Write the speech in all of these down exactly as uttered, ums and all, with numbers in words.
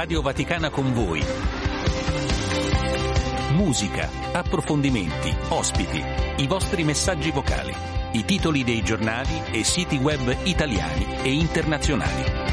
Radio Vaticana con voi. Musica, approfondimenti, ospiti, i vostri messaggi vocali, i titoli dei giornali e siti web italiani e internazionali.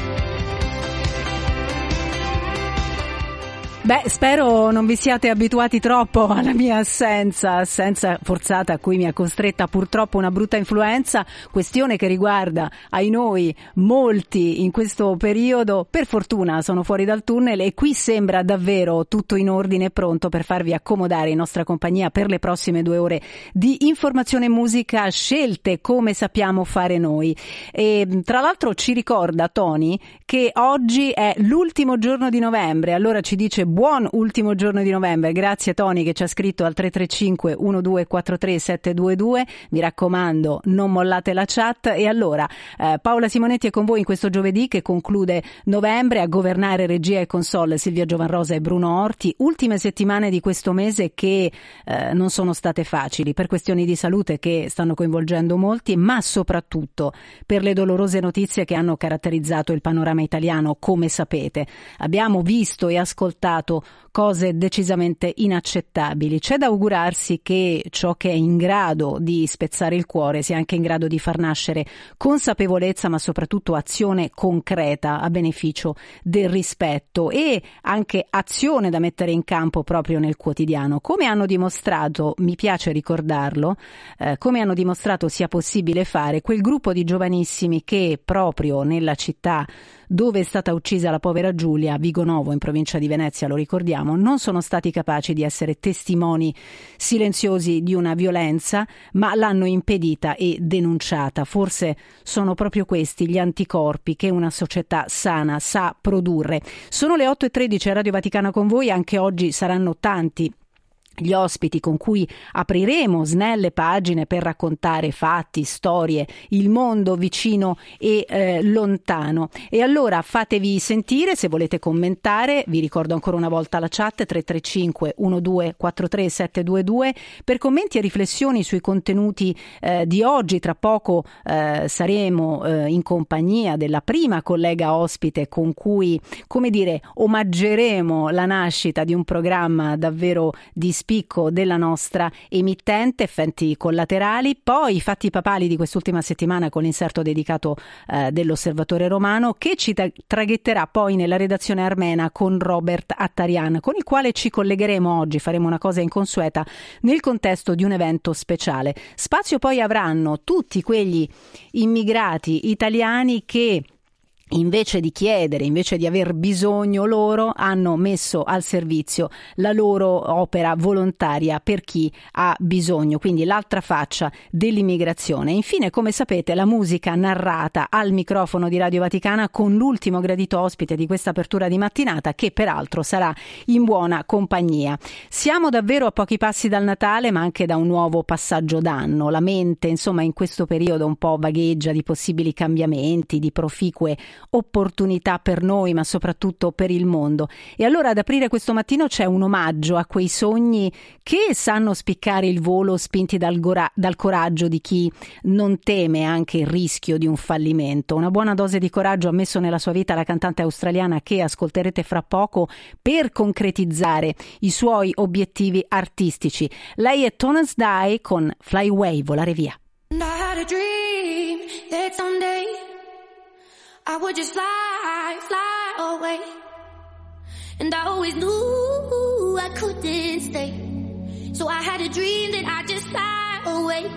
Beh, spero non vi siate abituati troppo alla mia assenza, assenza forzata a cui mi ha costretta purtroppo una brutta influenza, questione che riguarda, ai noi, molti in questo periodo. Per fortuna sono fuori dal tunnel e qui sembra davvero tutto in ordine e pronto per farvi accomodare in nostra compagnia per le prossime due ore di informazione e musica scelte come sappiamo fare noi. E tra l'altro ci ricorda Tony che oggi è l'ultimo giorno di novembre, allora ci dice buon ultimo giorno di novembre. Grazie Tony che ci ha scritto al tre tre cinque uno due quattro tre sette due due. Mi raccomando, non mollate la chat. E allora eh, Paola Simonetti è con voi in questo giovedì che conclude novembre. A governare regia e console Silvia Giovanrosa e Bruno Orti. Ultime settimane di questo mese che eh, non sono state facili per questioni di salute che stanno coinvolgendo molti, ma soprattutto per le dolorose notizie che hanno caratterizzato il panorama italiano. Come sapete, abbiamo visto e ascoltato cose decisamente inaccettabili. C'è da augurarsi che ciò che è in grado di spezzare il cuore sia anche in grado di far nascere consapevolezza, ma soprattutto azione concreta a beneficio del rispetto e anche azione da mettere in campo proprio nel quotidiano. Come hanno dimostrato, mi piace ricordarlo, eh, come hanno dimostrato sia possibile fare quel gruppo di giovanissimi che proprio nella città dove è stata uccisa la povera Giulia, Vigonovo in provincia di Venezia, lo ricordiamo, non sono stati capaci di essere testimoni silenziosi di una violenza, ma l'hanno impedita e denunciata. Forse sono proprio questi gli anticorpi che una società sana sa produrre. Sono le otto e tredici a Radio Vaticana con voi, anche oggi saranno tanti gli ospiti con cui apriremo snelle pagine per raccontare fatti, storie, il mondo vicino e eh, lontano. E allora fatevi sentire, se volete commentare, vi ricordo ancora una volta la chat tre tre cinque uno due quattro tre sette due due per commenti e riflessioni sui contenuti eh, di oggi. Tra poco eh, saremo eh, in compagnia della prima collega ospite con cui, come dire, omaggeremo la nascita di un programma davvero di spicco della nostra emittente, Effetti Collaterali, poi i fatti papali di quest'ultima settimana con l'inserto dedicato eh, dell'Osservatore Romano, che ci ta- traghetterà poi nella redazione armena con Robert Attarian, con il quale ci collegheremo oggi, faremo una cosa inconsueta nel contesto di un evento speciale. Spazio poi avranno tutti quegli immigrati italiani che invece di chiedere, invece di aver bisogno loro, hanno messo al servizio la loro opera volontaria per chi ha bisogno, quindi l'altra faccia dell'immigrazione. Infine, come sapete, la musica narrata al microfono di Radio Vaticana con l'ultimo gradito ospite di questa apertura di mattinata, che peraltro sarà in buona compagnia. Siamo davvero a pochi passi dal Natale, ma anche da un nuovo passaggio d'anno. La mente, insomma, in questo periodo un po' vagheggia di possibili cambiamenti, di proficue opportunità per noi, ma soprattutto per il mondo. E allora ad aprire questo mattino c'è un omaggio a quei sogni che sanno spiccare il volo, spinti dal, gora- dal coraggio di chi non teme anche il rischio di un fallimento. Una buona dose di coraggio ha messo nella sua vita la cantante australiana che ascolterete fra poco per concretizzare i suoi obiettivi artistici. Lei è Tones Dye con Fly Away, volare via. And I had a dream that someday I would just fly, fly away. And I always knew I couldn't stay. So I had a dream that I'd just fly away.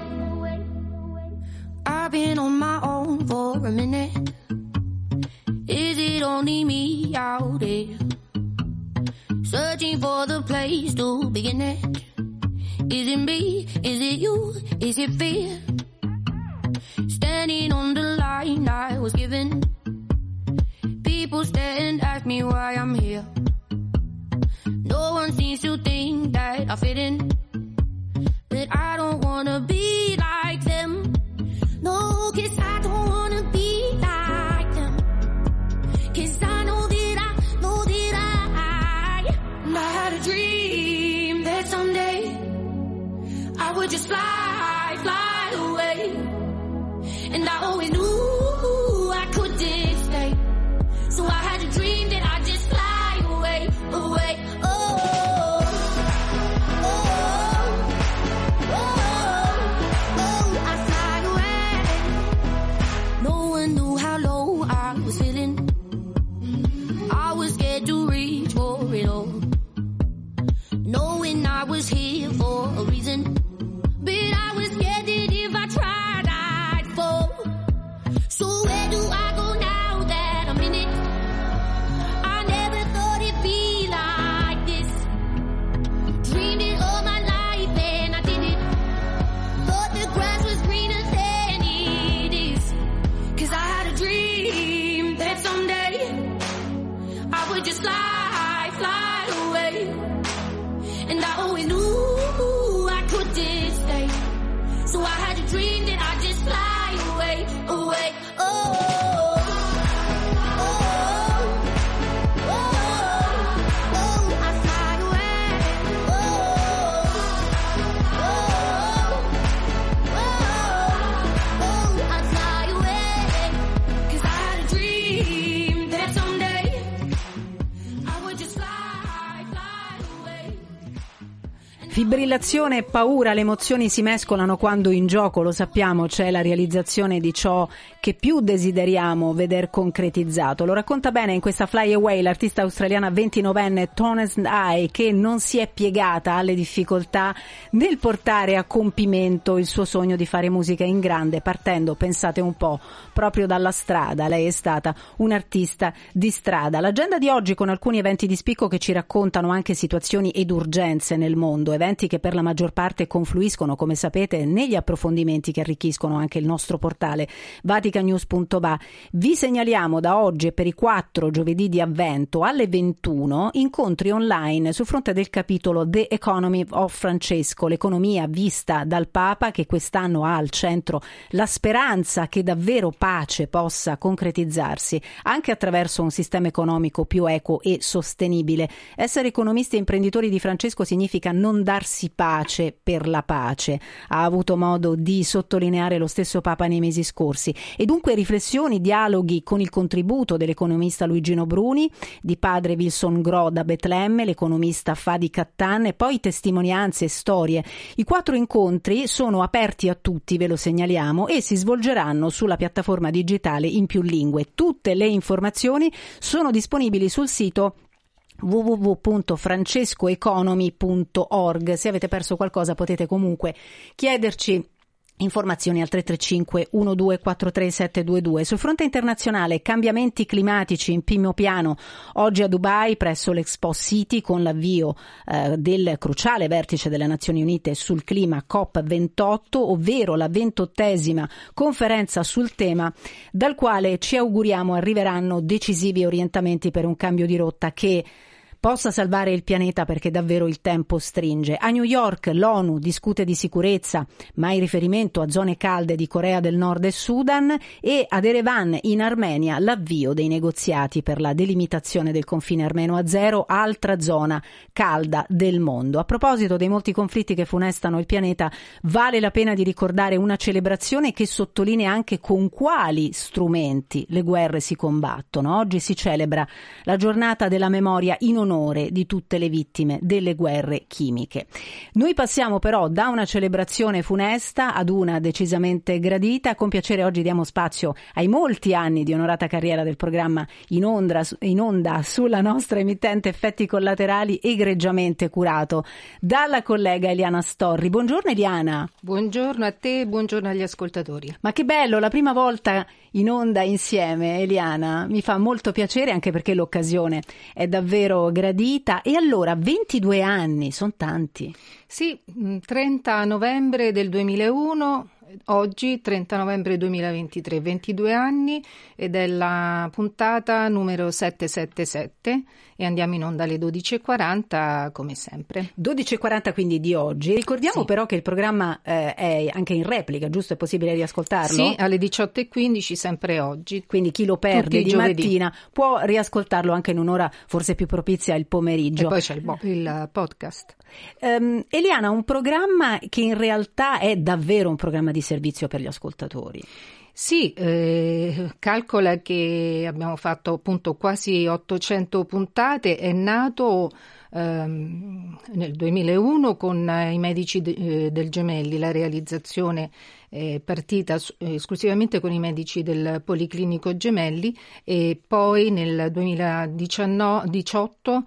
I've been on my own for a minute. Is it only me out there? Searching for the place to begin it. Is it me? Is it you? Is it fear? Standing on the line I was given. People stare and ask me why I'm here. No one seems to think that I fit in, but I don't wanna be like them. No, 'cause I don't wanna be like them. 'Cause I know that I, know that I, and I had a dream that someday I would just fly, fly away. And I always knew I couldn't stay. So I had a dream that I'd just fly away. Fibrillazione e paura, le emozioni si mescolano quando in gioco, lo sappiamo, c'è la realizzazione di ciò che più desideriamo veder concretizzato. Lo racconta bene in questa Fly Away l'artista australiana ventinovenne Tones Eye, che non si è piegata alle difficoltà nel portare a compimento il suo sogno di fare musica in grande, partendo, pensate un po', proprio dalla strada. Lei è stata un'artista di strada. L'agenda di oggi con alcuni eventi di spicco che ci raccontano anche situazioni ed urgenze nel mondo, eventi che per la maggior parte confluiscono, come sapete, negli approfondimenti che arricchiscono anche il nostro portale vatican news punto va. Vi segnaliamo da oggi e per i quattro giovedì di avvento alle ventuno incontri online sul fronte del capitolo The Economy of Francesco, l'economia vista dal Papa, che quest'anno ha al centro la speranza che davvero pace possa concretizzarsi anche attraverso un sistema economico più equo e sostenibile. Essere economisti e imprenditori di Francesco significa non darsi pace per la pace, ha avuto modo di sottolineare lo stesso Papa nei mesi scorsi. E dunque riflessioni, dialoghi con il contributo dell'economista Luigino Bruni, di padre Wilson Gro da Betlemme, l'economista Fadi Cattan, e poi testimonianze e storie. I quattro incontri sono aperti a tutti, ve lo segnaliamo, e si svolgeranno sulla piattaforma digitale in più lingue. Tutte le informazioni sono disponibili sul sito w w w punto francescoeconomy punto org. Se avete perso qualcosa potete comunque chiederci informazioni al tre tre cinque uno due quattro tre sette due due. Sul fronte internazionale, cambiamenti climatici in primo piano oggi a Dubai presso l'Expo City, con l'avvio eh, del cruciale vertice delle Nazioni Unite sul clima COP ventotto, ovvero la ventottesima conferenza sul tema, dal quale ci auguriamo arriveranno decisivi orientamenti per un cambio di rotta che possa salvare il pianeta, perché davvero il tempo stringe. A New York l'ONU discute di sicurezza, mai riferimento a zone calde di Corea del Nord e Sudan, e ad Erevan in Armenia l'avvio dei negoziati per la delimitazione del confine armeno-azero, altra zona calda del mondo. A proposito dei molti conflitti che funestano il pianeta, vale la pena di ricordare una celebrazione che sottolinea anche con quali strumenti le guerre si combattono. Oggi si celebra la giornata della memoria in onore di tutte le vittime delle guerre chimiche. Noi passiamo però da una celebrazione funesta ad una decisamente gradita. Con piacere oggi diamo spazio ai molti anni di onorata carriera del programma in onda, in onda sulla nostra emittente Effetti Collaterali, egregiamente curato dalla collega Eliana Storri. Buongiorno Eliana. Buongiorno a te e buongiorno agli ascoltatori. Ma che bello, la prima volta in onda insieme, Eliana, mi fa molto piacere, anche perché l'occasione è davvero gradita. E allora, ventidue anni, sono tanti. Sì, trenta novembre del duemilauno, oggi trenta novembre duemilaventitré, ventidue anni, ed è la puntata numero settecentosettantasette e andiamo in onda alle dodici e quaranta come sempre. dodici e quaranta quindi di oggi. Ricordiamo sì. Però che il programma eh, è anche in replica, giusto? È possibile riascoltarlo? Sì, alle diciotto e quindici sempre oggi. Quindi chi lo perde Tutti di mattina può riascoltarlo anche in un'ora forse più propizia il pomeriggio. E poi c'è il, bo- il podcast. Um, Eliana, un programma che in realtà è davvero un programma di servizio per gli ascoltatori. Sì, eh, calcola che abbiamo fatto appunto quasi ottocento puntate, è nato ehm, nel duemilauno con i medici de, eh, del Gemelli, la realizzazione è partita eh, esclusivamente con i medici del Policlinico Gemelli, e poi nel duemiladiciotto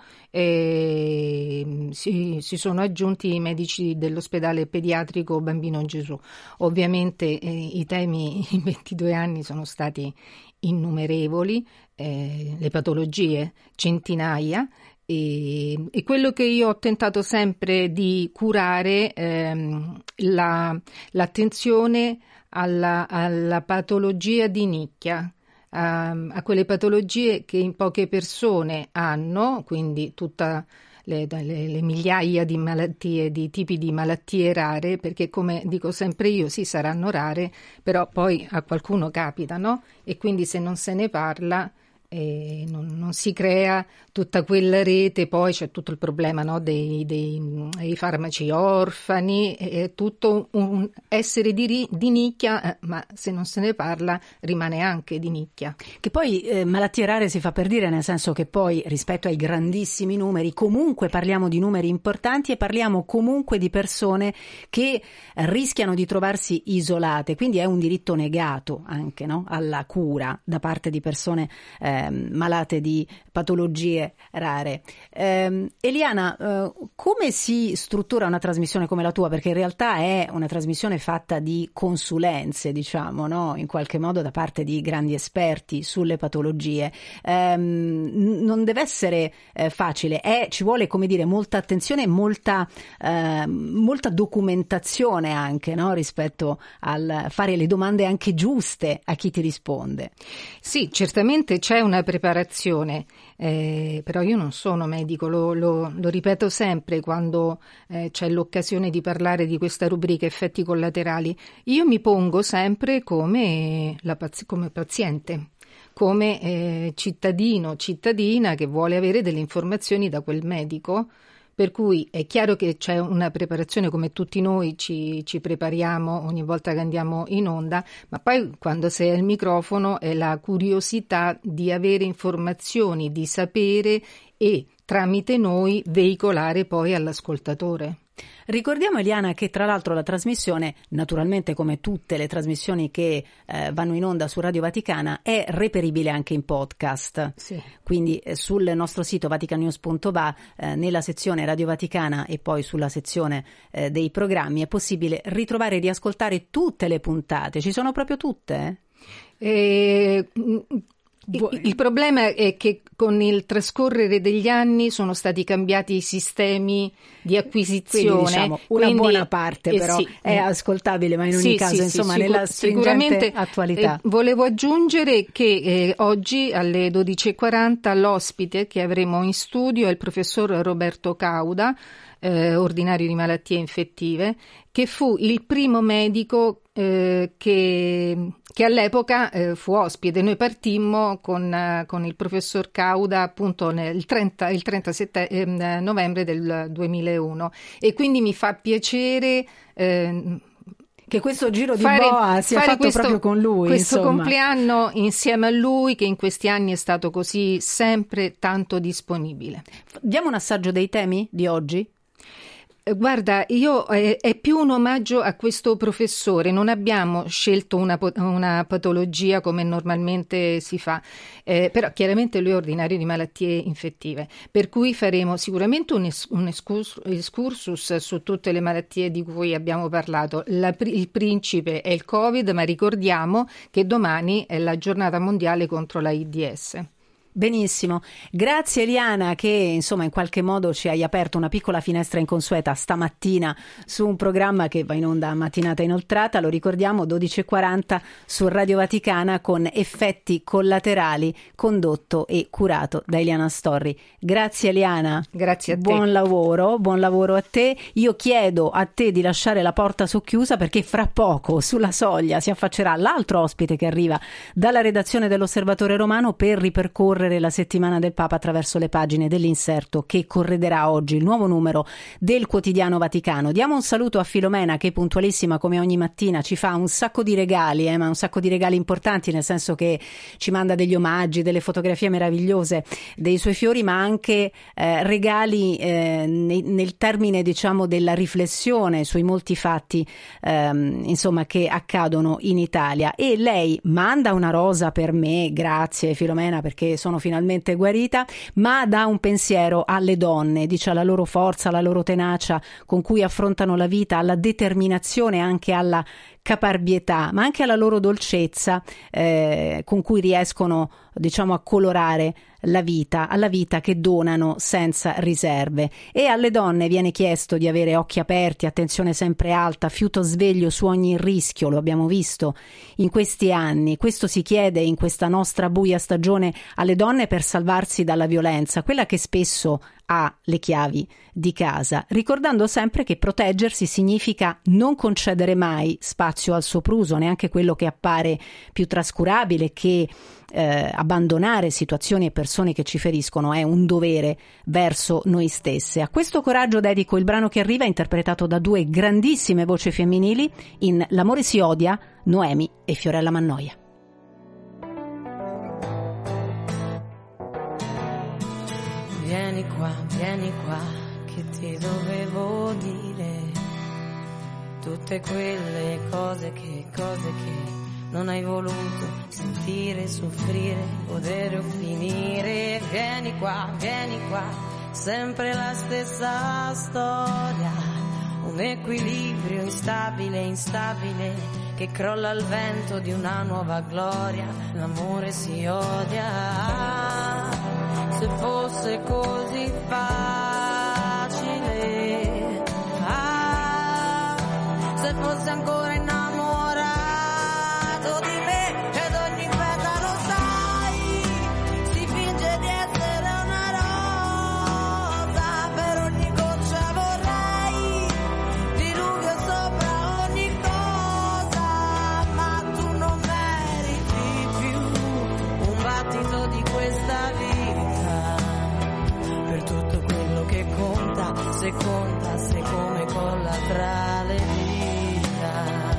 eh, si, si sono aggiunti i medici dell'ospedale pediatrico Bambino Gesù. Ovviamente eh, i temi in ventidue anni sono stati innumerevoli, eh, le patologie centinaia. E, e quello che io ho tentato sempre di curare ehm, la, l'attenzione alla, alla patologia di nicchia, a, a quelle patologie che in poche persone hanno, quindi tutta le, le, le migliaia di malattie, di tipi di malattie rare, perché come dico sempre io, sì, saranno rare, però poi a qualcuno capita, no? E quindi se non se ne parla e non, non si crea tutta quella rete. Poi c'è tutto il problema, no, dei, dei, dei farmaci orfani, è tutto un essere di, di nicchia, eh, ma se non se ne parla rimane anche di nicchia. Che poi eh, malattie rare si fa per dire, nel senso che poi rispetto ai grandissimi numeri comunque parliamo di numeri importanti e parliamo comunque di persone che rischiano di trovarsi isolate, quindi è un diritto negato anche, no, alla cura da parte di persone eh, malate di patologie rare. Eh, Eliana, eh, come si struttura una trasmissione come la tua? Perché in realtà è una trasmissione fatta di consulenze, diciamo, no? In qualche modo da parte di grandi esperti sulle patologie. Eh, non deve essere eh, facile, è, ci vuole, come dire, molta attenzione e molta, eh, molta documentazione anche, no? Rispetto al fare le domande anche giuste a chi ti risponde. Sì, certamente c'è una preparazione. Eh, però io non sono medico, lo, lo, lo ripeto sempre quando eh, c'è l'occasione di parlare di questa rubrica effetti collaterali. Io mi pongo sempre come, la, come paziente, come eh, cittadino, cittadina che vuole avere delle informazioni da quel medico. Per cui è chiaro che c'è una preparazione, come tutti noi ci, ci prepariamo ogni volta che andiamo in onda, ma poi quando sei al microfono è la curiosità di avere informazioni, di sapere e tramite noi veicolare poi all'ascoltatore. Ricordiamo, Eliana, che tra l'altro la trasmissione, naturalmente come tutte le trasmissioni che eh, vanno in onda su Radio Vaticana, è reperibile anche in podcast. Sì. Quindi eh, sul nostro sito vaticanews punto va, eh, nella sezione Radio Vaticana e poi sulla sezione eh, dei programmi è possibile ritrovare e riascoltare tutte le puntate. Ci sono proprio tutte? Eh? Il, il problema è che con il trascorrere degli anni sono stati cambiati i sistemi di acquisizione. Quindi, diciamo, una quindi, buona parte eh, però sì, è ascoltabile, ma in ogni sì, caso, sì, insomma, sì, nella stringente attualità. Eh, volevo aggiungere che eh, oggi alle dodici e quaranta l'ospite che avremo in studio è il professor Roberto Cauda, eh, ordinario di malattie infettive, che fu il primo medico eh, che, che all'epoca eh, fu ospite. Noi partimmo con, uh, con il professor Cauda appunto nel trenta, il trentasette eh, novembre del duemilauno, e quindi mi fa piacere eh, che questo giro di fare, boa sia fatto questo, proprio con lui. Questo insomma. compleanno insieme a lui, che in questi anni è stato così sempre tanto disponibile. Diamo un assaggio dei temi di oggi? Guarda, io è, è più un omaggio a questo professore. Non abbiamo scelto una, una patologia come normalmente si fa, eh, però chiaramente lui è ordinario di malattie infettive, per cui faremo sicuramente un, es, un excurs, excursus su tutte le malattie di cui abbiamo parlato. La, il principe è il Covid, ma ricordiamo che domani è la giornata mondiale contro l'AIDS. Benissimo, grazie Eliana, che insomma in qualche modo ci hai aperto una piccola finestra inconsueta stamattina su un programma che va in onda a mattinata inoltrata, lo ricordiamo, dodici e quaranta su Radio Vaticana, con effetti collaterali, condotto e curato da Eliana Storri. Grazie Eliana. Grazie a te. Buon lavoro, buon lavoro a te. Io chiedo a te di lasciare la porta socchiusa, perché fra poco sulla soglia si affaccerà l'altro ospite che arriva dalla redazione dell'Osservatore Romano per ripercorrere la settimana del Papa attraverso le pagine dell'inserto che correderà oggi, il nuovo numero del Quotidiano Vaticano. Diamo un saluto a Filomena, che puntualissima come ogni mattina ci fa un sacco di regali, eh, ma un sacco di regali importanti, nel senso che ci manda degli omaggi, delle fotografie meravigliose dei suoi fiori, ma anche eh, regali eh, nel, nel termine, diciamo, della riflessione sui molti fatti ehm, insomma che accadono in Italia. E lei manda una rosa per me, grazie Filomena, perché sono finalmente guarita, ma dà un pensiero alle donne, dice alla loro forza, alla loro tenacia con cui affrontano la vita, alla determinazione, anche alla caparbietà, ma anche alla loro dolcezza eh, con cui riescono, diciamo, a colorare la vita, alla vita che donano senza riserve. E alle donne viene chiesto di avere occhi aperti, attenzione sempre alta, fiuto sveglio su ogni rischio, lo abbiamo visto in questi anni. Questo si chiede in questa nostra buia stagione alle donne per salvarsi dalla violenza, quella che spesso ha le chiavi di casa, ricordando sempre che proteggersi significa non concedere mai spazio al sopruso, neanche quello che appare più trascurabile, che eh, abbandonare situazioni e persone che ci feriscono è un dovere verso noi stesse. A questo coraggio dedico il brano che arriva, interpretato da due grandissime voci femminili in L'amore si odia, Noemi e Fiorella Mannoia. Vieni qua, vieni qua, che ti dovevo dire tutte quelle cose che, cose che non hai voluto sentire, soffrire, godere o finire. Vieni qua, vieni qua, sempre la stessa storia, un equilibrio instabile, instabile, che crolla al vento di una nuova gloria. L'amore si odia. Se fosse così facile, ah, se fosse ancora innamorato di me ed ogni petalo sai, si finge di essere una rosa, per ogni goccia vorrei diluvio sopra ogni cosa, ma tu non meriti più un battito di questa vita. Tutto quello che conta, se conta, se come colla tra le dita.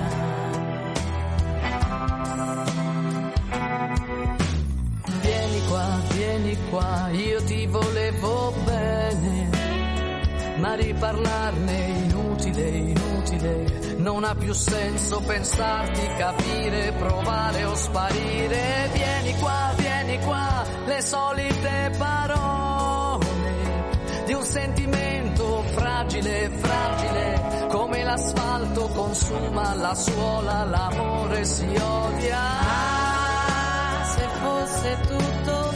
Vieni qua, vieni qua, io ti volevo bene, ma riparlarne inutile, inutile, non ha più senso pensarti, capire, provare o sparire. Vieni qua, vieni qua, le solite parole di un sentimento fragile, fragile, come l'asfalto consuma la suola, l'amore si odia. Ah, se fosse tutto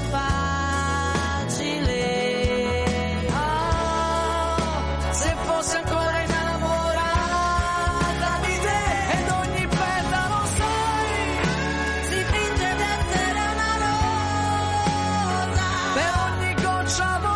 facile, ah, se fosse ancora innamorata di te ed ogni petalo sai, si finge d'essere una rosa, per ogni goccia vorrei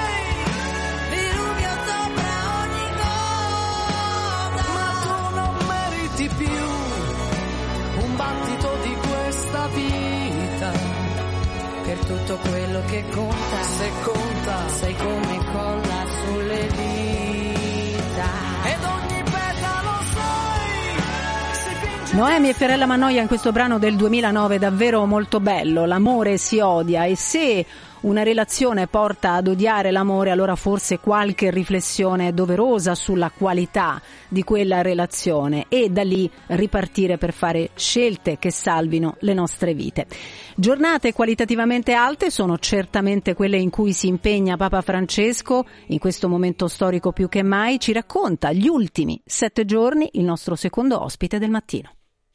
vita, per tutto quello che conta, se conta, sai come colla sulle dita ed ogni petalo sai, si finge. Noemi e Fiorella Mannoia in questo brano del duemilanove, davvero molto bello. L'amore si odia, e se una relazione porta ad odiare l'amore, allora forse qualche riflessione doverosa sulla qualità di quella relazione, e da lì ripartire per fare scelte che salvino le nostre vite. Giornate qualitativamente alte sono certamente quelle in cui si impegna Papa Francesco. In questo momento storico più che mai ci racconta gli ultimi sette giorni il nostro secondo ospite del mattino.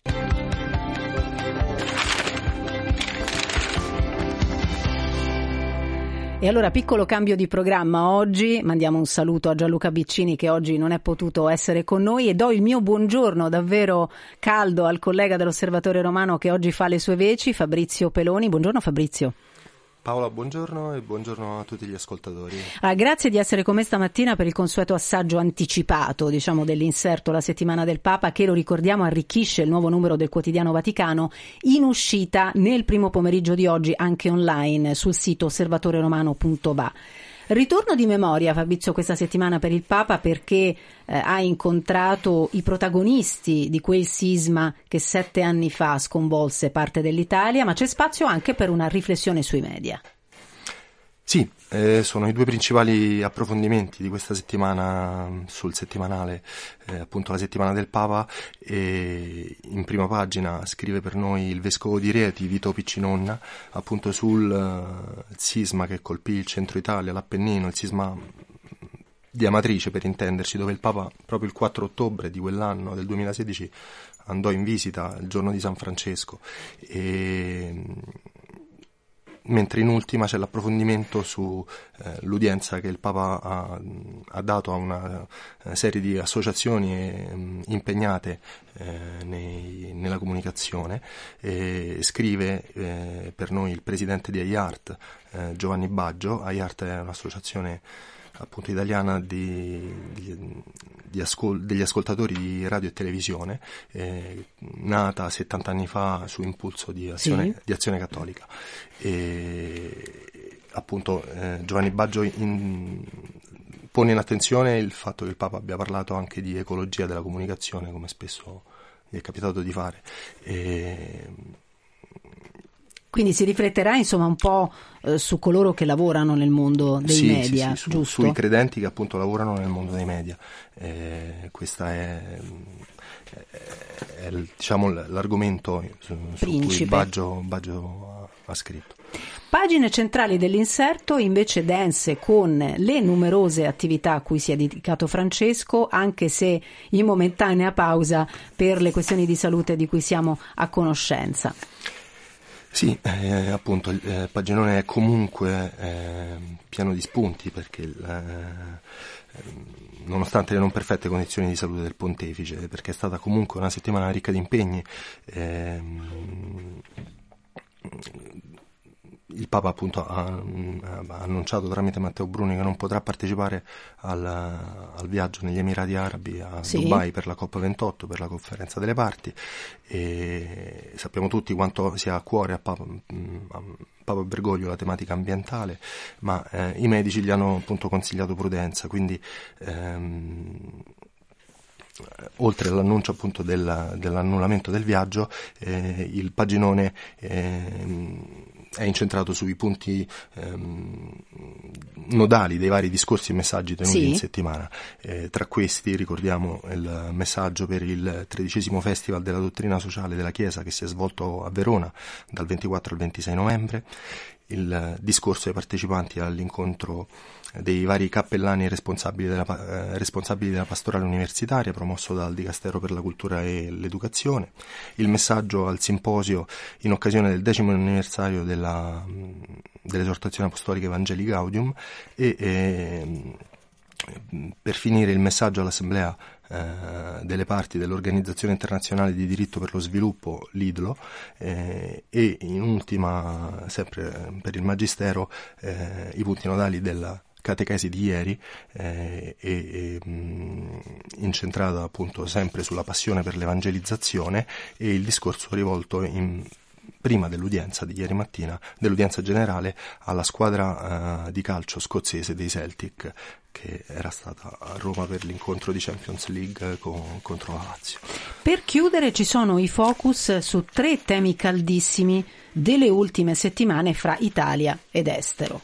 E allora, piccolo cambio di programma oggi, mandiamo un saluto a Gianluca Biccini che oggi non è potuto essere con noi, e do il mio buongiorno davvero caldo al collega dell'Osservatore Romano che oggi fa le sue veci, Fabrizio Peloni. Buongiorno Fabrizio. Paola, buongiorno e buongiorno a tutti gli ascoltatori. Ah, grazie di essere con me stamattina per il consueto assaggio anticipato, diciamo, dell'inserto La settimana del Papa, che, lo ricordiamo, arricchisce il nuovo numero del Quotidiano Vaticano, in uscita nel primo pomeriggio di oggi anche online sul sito osservatore romano punto va. Ritorno di memoria, Fabrizio, questa settimana per il Papa, perché eh, ha incontrato i protagonisti di quel sisma che sette anni fa sconvolse parte dell'Italia, ma c'è spazio anche per una riflessione sui media. Sì, eh, sono i due principali approfondimenti di questa settimana sul settimanale, eh, appunto la settimana del Papa, e in prima pagina scrive per noi il vescovo di Rieti, Vito Piccinonna, appunto sul uh, sisma che colpì il centro Italia, l'Appennino, il sisma di Amatrice per intenderci, dove il Papa proprio il quattro ottobre di quell'anno, del duemilasedici, andò in visita il giorno di San Francesco. E mentre in ultima c'è l'approfondimento su eh, l'udienza che il Papa ha, ha dato a una eh, serie di associazioni eh, impegnate eh, nei, nella comunicazione. Eh, scrive eh, per noi il presidente di iArt, eh, Giovanni Baggio. iArt è un'associazione appunto italiana di, di, di ascol- degli ascoltatori di radio e televisione, eh, nata settanta anni fa su impulso di Azione, sì. di Azione Cattolica. E appunto eh, Giovanni Baggio in, pone in attenzione il fatto che il Papa abbia parlato anche di ecologia della comunicazione, come spesso gli è capitato di fare. E, Quindi si rifletterà insomma un po' eh, su coloro che lavorano nel mondo dei sì, media, sì, sì, su, giusto? Sui credenti che appunto lavorano nel mondo dei media. Eh, questa è, è, è diciamo l'argomento su, su cui Baggio, Baggio ha, ha scritto. Pagine centrali dell'inserto invece dense con le numerose attività a cui si è dedicato Francesco, anche se in momentanea pausa per le questioni di salute di cui siamo a conoscenza. Sì, eh, appunto il eh, paginone è comunque eh, pieno di spunti, perché eh, nonostante le non perfette condizioni di salute del pontefice, perché è stata comunque una settimana ricca di impegni, eh, il Papa appunto ha, ha annunciato tramite Matteo Bruni che non potrà partecipare al, al viaggio negli Emirati Arabi a sì. Dubai per la COP ventotto, per la conferenza delle parti, e sappiamo tutti quanto sia a cuore a Papa, a Papa Bergoglio la tematica ambientale, ma eh, i medici gli hanno appunto consigliato prudenza, quindi ehm, oltre all'annuncio appunto del, dell'annullamento del viaggio, eh, il paginone eh, è incentrato sui punti ehm, nodali dei vari discorsi e messaggi tenuti sì. in settimana. Eh, tra questi ricordiamo il messaggio per il tredicesimo Festival della Dottrina Sociale della Chiesa, che si è svolto a Verona dal ventiquattro al ventisei novembre, il discorso ai partecipanti all'incontro dei vari cappellani responsabili della, eh, responsabili della pastorale universitaria promosso dal Dicastero per la Cultura e l'Educazione, il messaggio al simposio in occasione del decimo anniversario della, dell'esortazione apostolica Evangelii Gaudium e, e per finire il messaggio all'assemblea eh, delle parti dell'Organizzazione Internazionale di Diritto per lo Sviluppo, l'I D L O, eh, e in ultima, sempre per il Magistero, eh, i punti nodali della catechesi di ieri, eh, e, e mh, incentrata appunto sempre sulla passione per l'evangelizzazione, e il discorso rivolto in prima dell'udienza di ieri mattina, dell'udienza generale, alla squadra uh, di calcio scozzese dei Celtic, che era stata a Roma per l'incontro di Champions League con, contro la Lazio. Per chiudere ci sono i focus su tre temi caldissimi delle ultime settimane fra Italia ed estero.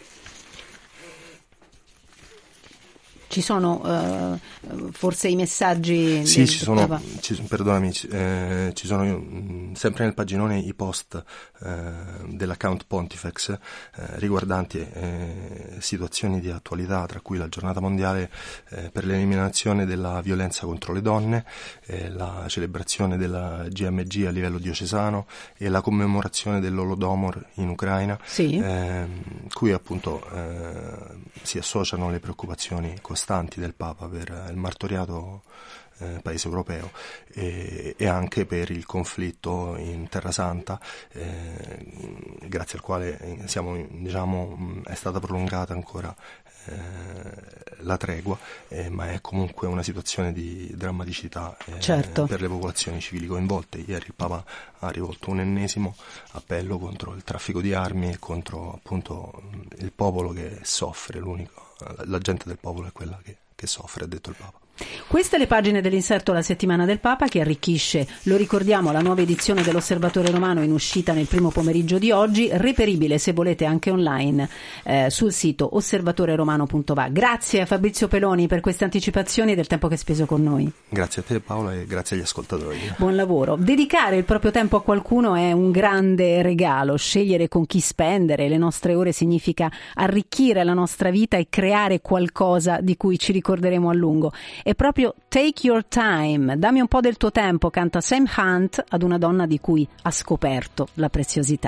Ci sono uh, forse i messaggi? Sì, del... ci sono, ci, perdonami, eh, ci sono mh, sempre nel paginone i post eh, dell'account Pontifex eh, riguardanti eh, situazioni di attualità, tra cui la giornata mondiale eh, per l'eliminazione della violenza contro le donne, eh, la celebrazione della G M G a livello diocesano e la commemorazione dell'Holodomor in Ucraina, sì. eh, cui appunto eh, si associano le preoccupazioni costanti del Papa per il martoriato eh, paese europeo e, e anche per il conflitto in Terra Santa, eh, grazie al quale siamo, diciamo, è stata prolungata ancora eh, la tregua, eh, ma è comunque una situazione di drammaticità eh, certo. per le popolazioni civili coinvolte. Ieri il Papa ha rivolto un ennesimo appello contro il traffico di armi e contro appunto il popolo che soffre, l'unico la gente del popolo è quella che, che soffre, ha detto il Papa. Queste le pagine dell'inserto La settimana del Papa, che arricchisce, lo ricordiamo, la nuova edizione dell'Osservatore Romano in uscita nel primo pomeriggio di oggi, reperibile se volete anche online eh, sul sito osservatore romano punto va. Grazie a Fabrizio Peloni per queste anticipazioni del tempo che hai speso con noi. Grazie a te Paola e grazie agli ascoltatori. Buon lavoro. Dedicare il proprio tempo a qualcuno è un grande regalo. Scegliere con chi spendere le nostre ore significa arricchire la nostra vita e creare qualcosa di cui ci ricorderemo a lungo. È proprio Take Your Time, dammi un po' del tuo tempo, canta Sam Hunt ad una donna di cui ha scoperto la preziosità.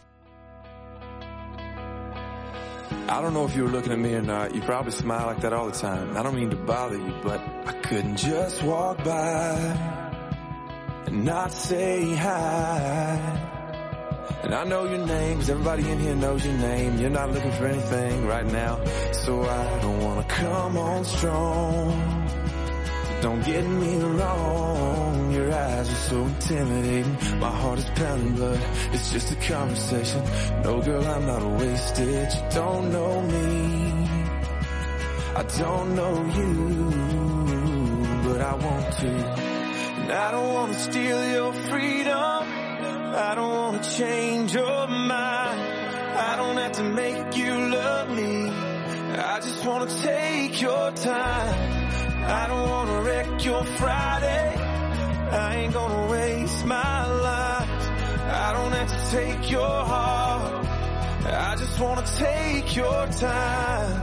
I don't know if you were looking at me or not. You probably smile like that all the time. I don't mean to bother you, but I couldn't just walk by and not say hi. And I know your name, 'cause everybody in here knows your name. You're not looking for anything right now, so I don't wanna come on strong. Don't get me wrong, your eyes are so intimidating. My heart is pounding, but it's just a conversation. No, girl, I'm not wasted. You don't know me, I don't know you, but I want to. And I don't want to steal your freedom, I don't want to change your mind. I don't have to make you love me, I just want to take your time. I don't wanna wreck your Friday, I ain't gonna waste my life. I don't have to take your heart, I just wanna take your time.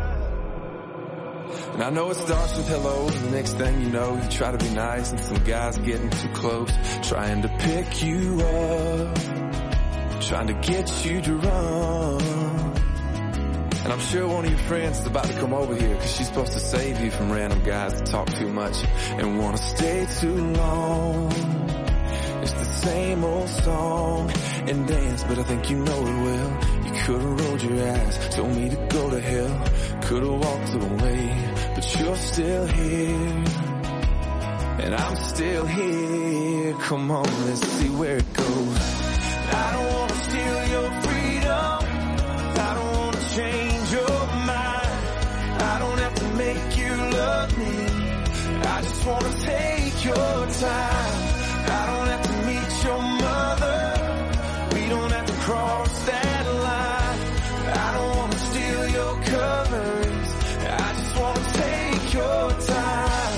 And I know it starts with hello, and the next thing you know, you try to be nice, and some guy's getting too close, trying to pick you up, trying to get you to run. And I'm sure one of your friends is about to come over here, 'cause she's supposed to save you from random guys that talk too much and wanna stay too long. It's the same old song and dance, but I think you know it well. You could've rolled your eyes, told me to go to hell, could've walked away, but you're still here, and I'm still here. Come on, let's see where it goes. I don't wanna steal your freedom, I don't wanna change your mind, I don't have to make you love me, I just wanna take your time. I don't have to meet your mother, we don't have to cross that line. I don't wanna steal your covers, I just wanna take your time.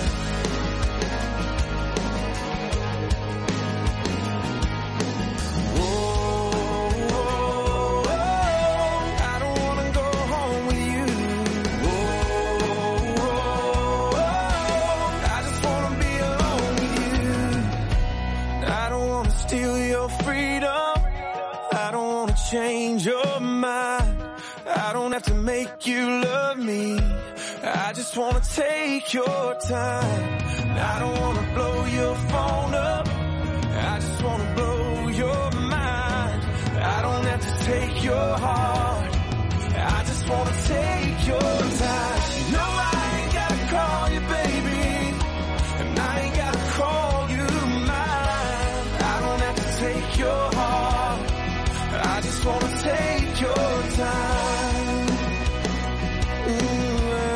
Change your mind, I don't have to make you love me, I just wanna take your time. I don't wanna blow your phone up, I just wanna blow your mind. I don't have to take your heart, I just wanna take your time. No, I ain't gotta call you baby, and I ain't gotta call you mine. I don't have to take your heart, I just wanna take your time. Ooh,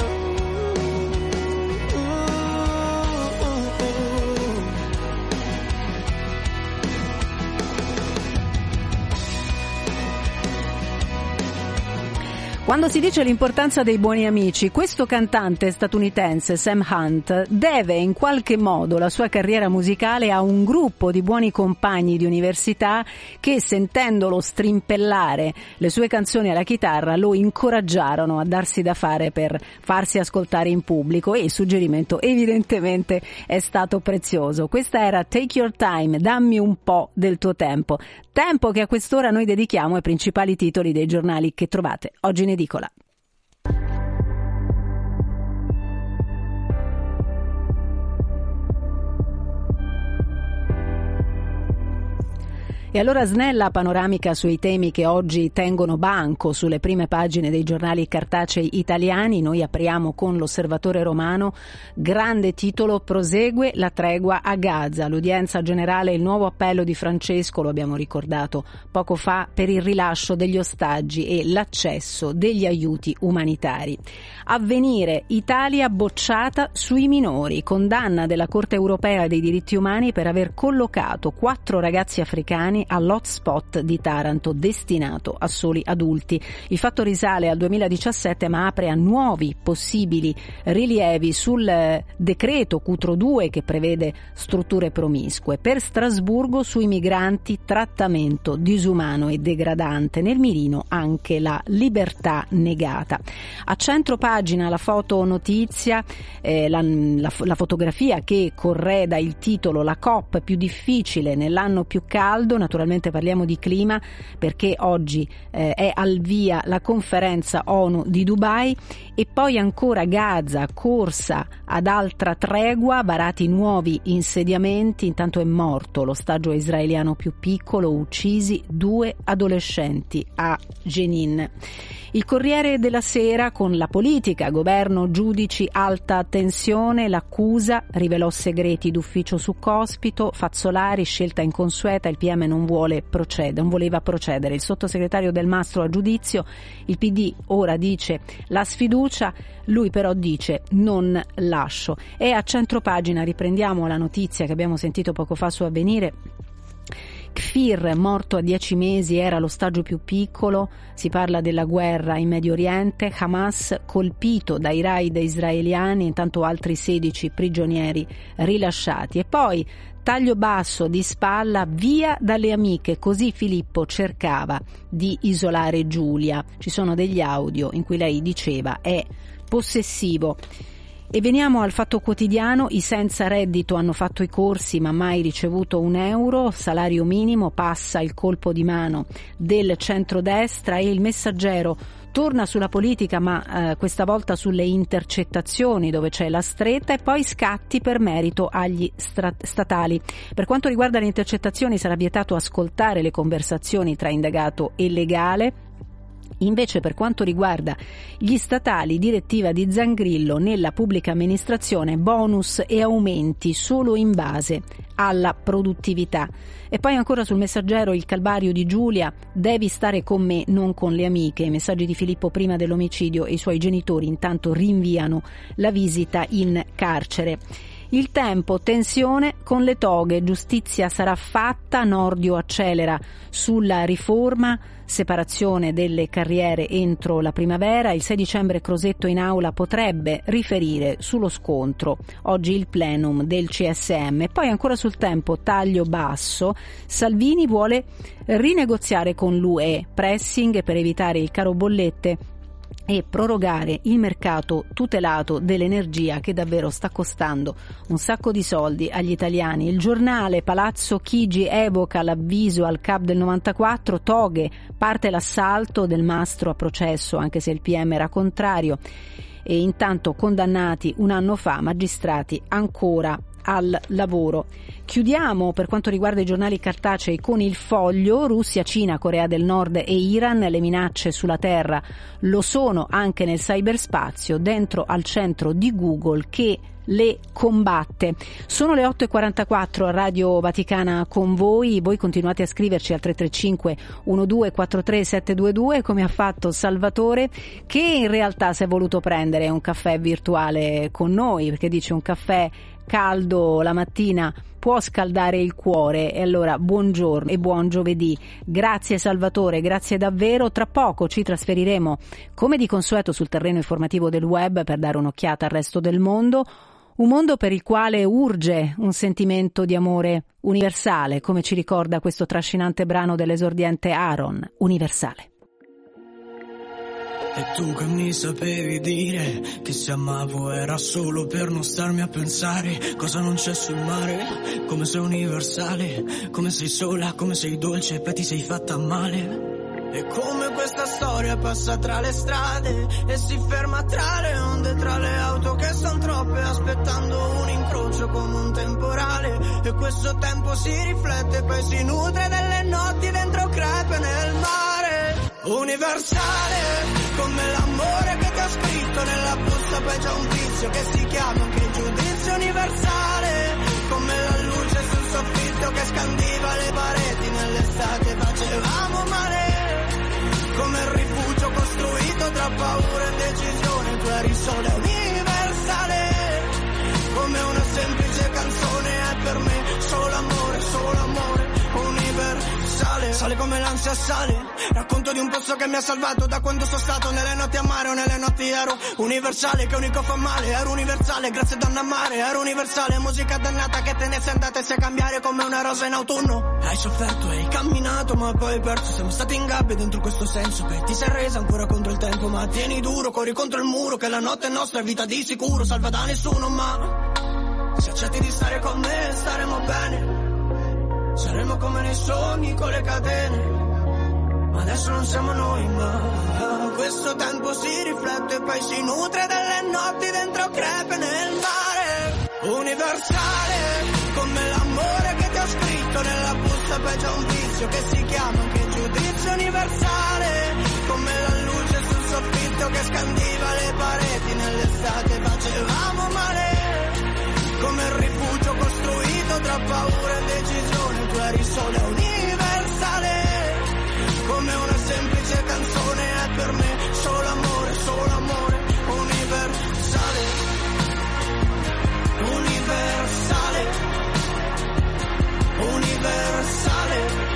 ooh, ooh, ooh. Quando si dice l'importanza dei buoni amici, questo cantante statunitense Sam Hunt deve in qualche modo la sua carriera musicale a un gruppo di buoni compagni di università che, sentendolo strimpellare le sue canzoni alla chitarra, lo incoraggiarono a darsi da fare per farsi ascoltare in pubblico, e il suggerimento evidentemente è stato prezioso. Questa era Take Your Time, dammi un po' del tuo tempo. Tempo che a quest'ora noi dedichiamo ai principali titoli dei giornali che trovate oggi in edicola. E allora snella panoramica sui temi che oggi tengono banco sulle prime pagine dei giornali cartacei italiani. Noi apriamo con l'Osservatore Romano, grande titolo: prosegue la tregua a Gaza, l'udienza generale, il nuovo appello di Francesco, lo abbiamo ricordato poco fa, per il rilascio degli ostaggi e l'accesso degli aiuti umanitari. Avvenire, Italia bocciata sui minori, condanna della Corte Europea dei diritti umani per aver collocato quattro ragazzi africani all'hotspot di Taranto destinato a soli adulti. Il fatto risale al duemiladiciassette, ma apre a nuovi possibili rilievi sul decreto Cutro due che prevede strutture promiscue. Per Strasburgo sui migranti trattamento disumano e degradante, nel mirino anche la libertà negata. A centro pagina la foto notizia, eh, la, la, la fotografia che correda il titolo: la COP più difficile nell'anno più caldo. naturalmente parliamo di clima perché oggi eh, è al via la conferenza ONU di Dubai, e poi ancora Gaza, corsa ad altra tregua, varati nuovi insediamenti, intanto è morto l'ostaggio israeliano più piccolo, uccisi due adolescenti a Jenin. Il Corriere della Sera con la politica, governo, giudici, alta tensione, l'accusa rivelò segreti d'ufficio su Cospito, Fazzolari, scelta inconsueta, il P M non vuole procedere, non voleva procedere, il sottosegretario Del Mastro a giudizio, il P D ora dice la sfiducia, lui però dice non lascio. E a centropagina riprendiamo la notizia che abbiamo sentito poco fa su Avvenire. Kfir, morto a dieci mesi, era l'ostaggio più piccolo, si parla della guerra in Medio Oriente, Hamas colpito dai raid israeliani, intanto altri sedici prigionieri rilasciati. E poi taglio basso di spalla, via dalle amiche, così Filippo cercava di isolare Giulia. Ci sono degli audio in cui lei diceva è possessivo. E veniamo al Fatto Quotidiano, i senza reddito hanno fatto i corsi ma mai ricevuto un euro, salario minimo, passa il colpo di mano del centrodestra. E il Messaggero torna sulla politica ma eh, questa volta sulle intercettazioni dove c'è la stretta, e poi scatti per merito agli stra- statali. Per quanto riguarda le intercettazioni sarà vietato ascoltare le conversazioni tra indagato e legale. Invece per quanto riguarda gli statali, direttiva di Zangrillo, nella pubblica amministrazione bonus e aumenti solo in base alla produttività. E poi ancora sul Messaggero il calvario di Giulia, devi stare con me, non con le amiche, i messaggi di Filippo prima dell'omicidio, e i suoi genitori intanto rinviano la visita in carcere. Il Tempo, tensione con le toghe, giustizia sarà fatta, Nordio accelera sulla riforma, separazione delle carriere entro la primavera, il sei dicembre Crosetto in aula potrebbe riferire sullo scontro, oggi il plenum del C S M. Poi ancora sul Tempo, taglio basso, Salvini vuole rinegoziare con l'U E, pressing per evitare il caro bollette e prorogare il mercato tutelato dell'energia che davvero sta costando un sacco di soldi agli italiani. Il Giornale, Palazzo Chigi evoca l'avviso al C A P del novantaquattro, toghe, parte l'assalto, Del Mastro a processo anche se il P M era contrario, e intanto condannati un anno fa, magistrati ancora al lavoro. Chiudiamo per quanto riguarda i giornali cartacei con il Foglio, Russia, Cina, Corea del Nord e Iran, le minacce sulla terra lo sono anche nel cyberspazio, dentro al centro di Google che le combatte. Sono le otto e quarantaquattro a Radio Vaticana con voi, voi continuate a scriverci al tre tre cinque uno due quattro tre sette due due come ha fatto Salvatore, che in realtà si è voluto prendere un caffè virtuale con noi perché dice un caffè caldo la mattina può scaldare il cuore. E allora buongiorno e buon giovedì. Grazie Salvatore, grazie davvero. Tra poco ci trasferiremo come di consueto sul terreno informativo del web per dare un'occhiata al resto del mondo, un mondo per il quale urge un sentimento di amore universale, come ci ricorda questo trascinante brano dell'esordiente Aaron, Universale. E tu che mi sapevi dire che se amavo era solo per non starmi a pensare cosa non c'è sul mare, come sei universale, come sei sola, come sei dolce e poi ti sei fatta male. E come questa storia passa tra le strade e si ferma tra le onde, tra le auto che son troppe, aspettando un incrocio come un temporale. E questo tempo si riflette, poi si nutre delle notti dentro crepe nel mare. Universale, come l'amore che ti ho scritto nella busta, poi c'è un tizio che si chiama anche giudizio. Universale, come la luce sul soffitto che scandiva le pareti nell'estate, facevamo male. Come il rifugio costruito tra paura e decisione, tu eri sole. Universale, come una semplice canzone, è per me solo amore, solo amore. Universale, sale come l'ansia sale. Racconto di un posto che mi ha salvato da quando sono stato nelle notti a mare o nelle notti ero universale, che unico fa male. Ero universale, grazie donna a mare. Ero universale, musica dannata che te ne sei andata e sai cambiare come una rosa in autunno. Hai sofferto, hai camminato ma poi hai perso. Siamo stati in gabbia dentro questo senso che ti sei resa ancora contro il tempo. Ma tieni duro, corri contro il muro, che la notte è nostra, è vita di sicuro, salva da nessuno. Ma se accetti di stare con me staremo bene, saremo come nei sogni con le catene, ma adesso non siamo noi, ma questo tempo si riflette e poi si nutre delle notti dentro crepe nel mare. Universale, come l'amore che ti ho scritto nella busta, poi c'è un vizio che si chiama anche giudizio universale, come la luce sul soffitto che scandiva le pareti nell'estate, facevamo male, come il rifugio costruito tra paura e decisione, tu eri sole universale, come una semplice canzone è per me, solo amore, solo amore, universale, universale, universale,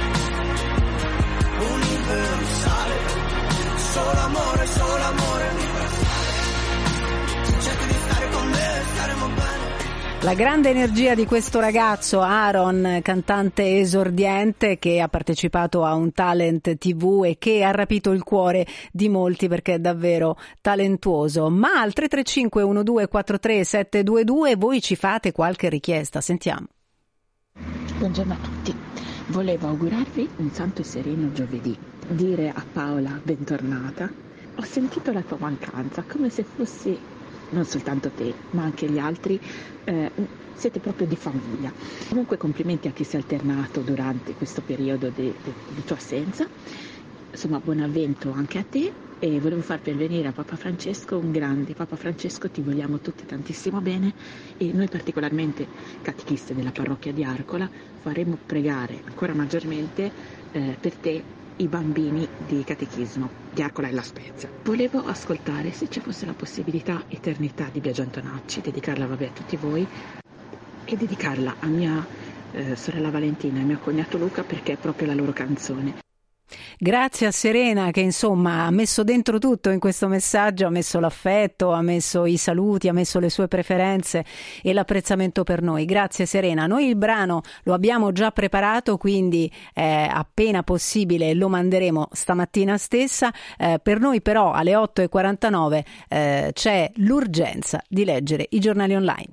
universale, solo amore, solo amore, universale, se cerchi di stare con me staremo bene. La grande energia di questo ragazzo Aaron, cantante esordiente che ha partecipato a un talent tivù e che ha rapito il cuore di molti perché è davvero talentuoso. Ma al tre tre cinque uno due quattro tre sette due due voi ci fate qualche richiesta, sentiamo. Buongiorno a tutti, volevo augurarvi un santo e sereno giovedì, dire a Paola bentornata. Ho sentito la tua mancanza come se fossi non soltanto te, ma anche gli altri, eh, siete proprio di famiglia. Comunque complimenti a chi si è alternato durante questo periodo di, di, di tua assenza. Insomma, buon avvento anche a te e volevo far pervenire a Papa Francesco un grande. Papa Francesco, ti vogliamo tutti tantissimo bene e noi particolarmente catechiste della parrocchia di Arcola faremo pregare ancora maggiormente eh, per te i bambini di catechismo di Arcola e La Spezia. Volevo ascoltare se ci fosse la possibilità Eternità di Biagio Antonacci, dedicarla vabbè a tutti voi e dedicarla a mia eh, sorella Valentina e mio cognato Luca perché è proprio la loro canzone. Grazie a Serena che insomma ha messo dentro tutto in questo messaggio, ha messo l'affetto, ha messo i saluti, ha messo le sue preferenze e l'apprezzamento per noi. Grazie Serena. Noi il brano lo abbiamo già preparato, quindi eh, appena possibile lo manderemo stamattina stessa. Eh, per noi però alle otto e quarantanove eh, c'è l'urgenza di leggere i giornali online.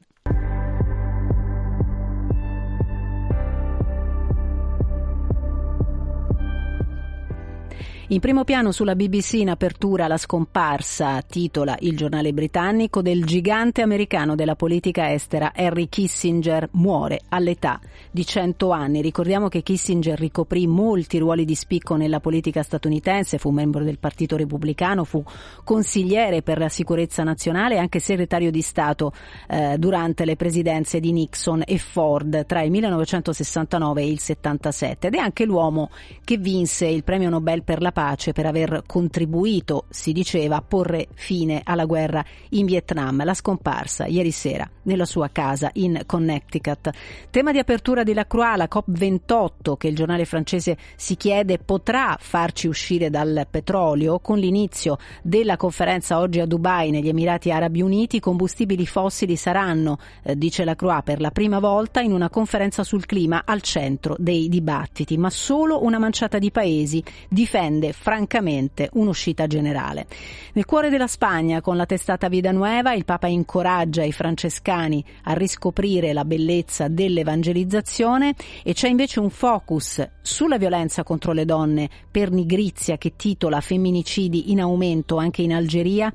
In primo piano sulla B B C in apertura la scomparsa, titola il giornale britannico, del gigante americano della politica estera Henry Kissinger, muore all'età di cento anni. Ricordiamo che Kissinger ricoprì molti ruoli di spicco nella politica statunitense, fu membro del Partito Repubblicano, fu consigliere per la sicurezza nazionale e anche segretario di Stato eh, durante le presidenze di Nixon e Ford tra il millenovecentosessantanove e il settantasette ed è anche l'uomo che vinse il premio Nobel per la pace per aver contribuito, si diceva, a porre fine alla guerra in Vietnam. La scomparsa ieri sera nella sua casa in Connecticut. Tema di apertura di Lacroix, la COP ventotto che il giornale francese si chiede potrà farci uscire dal petrolio. Con l'inizio della conferenza oggi a Dubai negli Emirati Arabi Uniti, i combustibili fossili saranno, eh, dice Lacroix, per la prima volta in una conferenza sul clima al centro dei dibattiti, ma solo una manciata di paesi difende francamente un'uscita generale. Nel cuore della Spagna, con la testata Vida Nueva, il Papa incoraggia i francescani a riscoprire la bellezza dell'evangelizzazione e c'è invece un focus sulla violenza contro le donne per Nigrizia che titola Femminicidi in aumento anche in Algeria,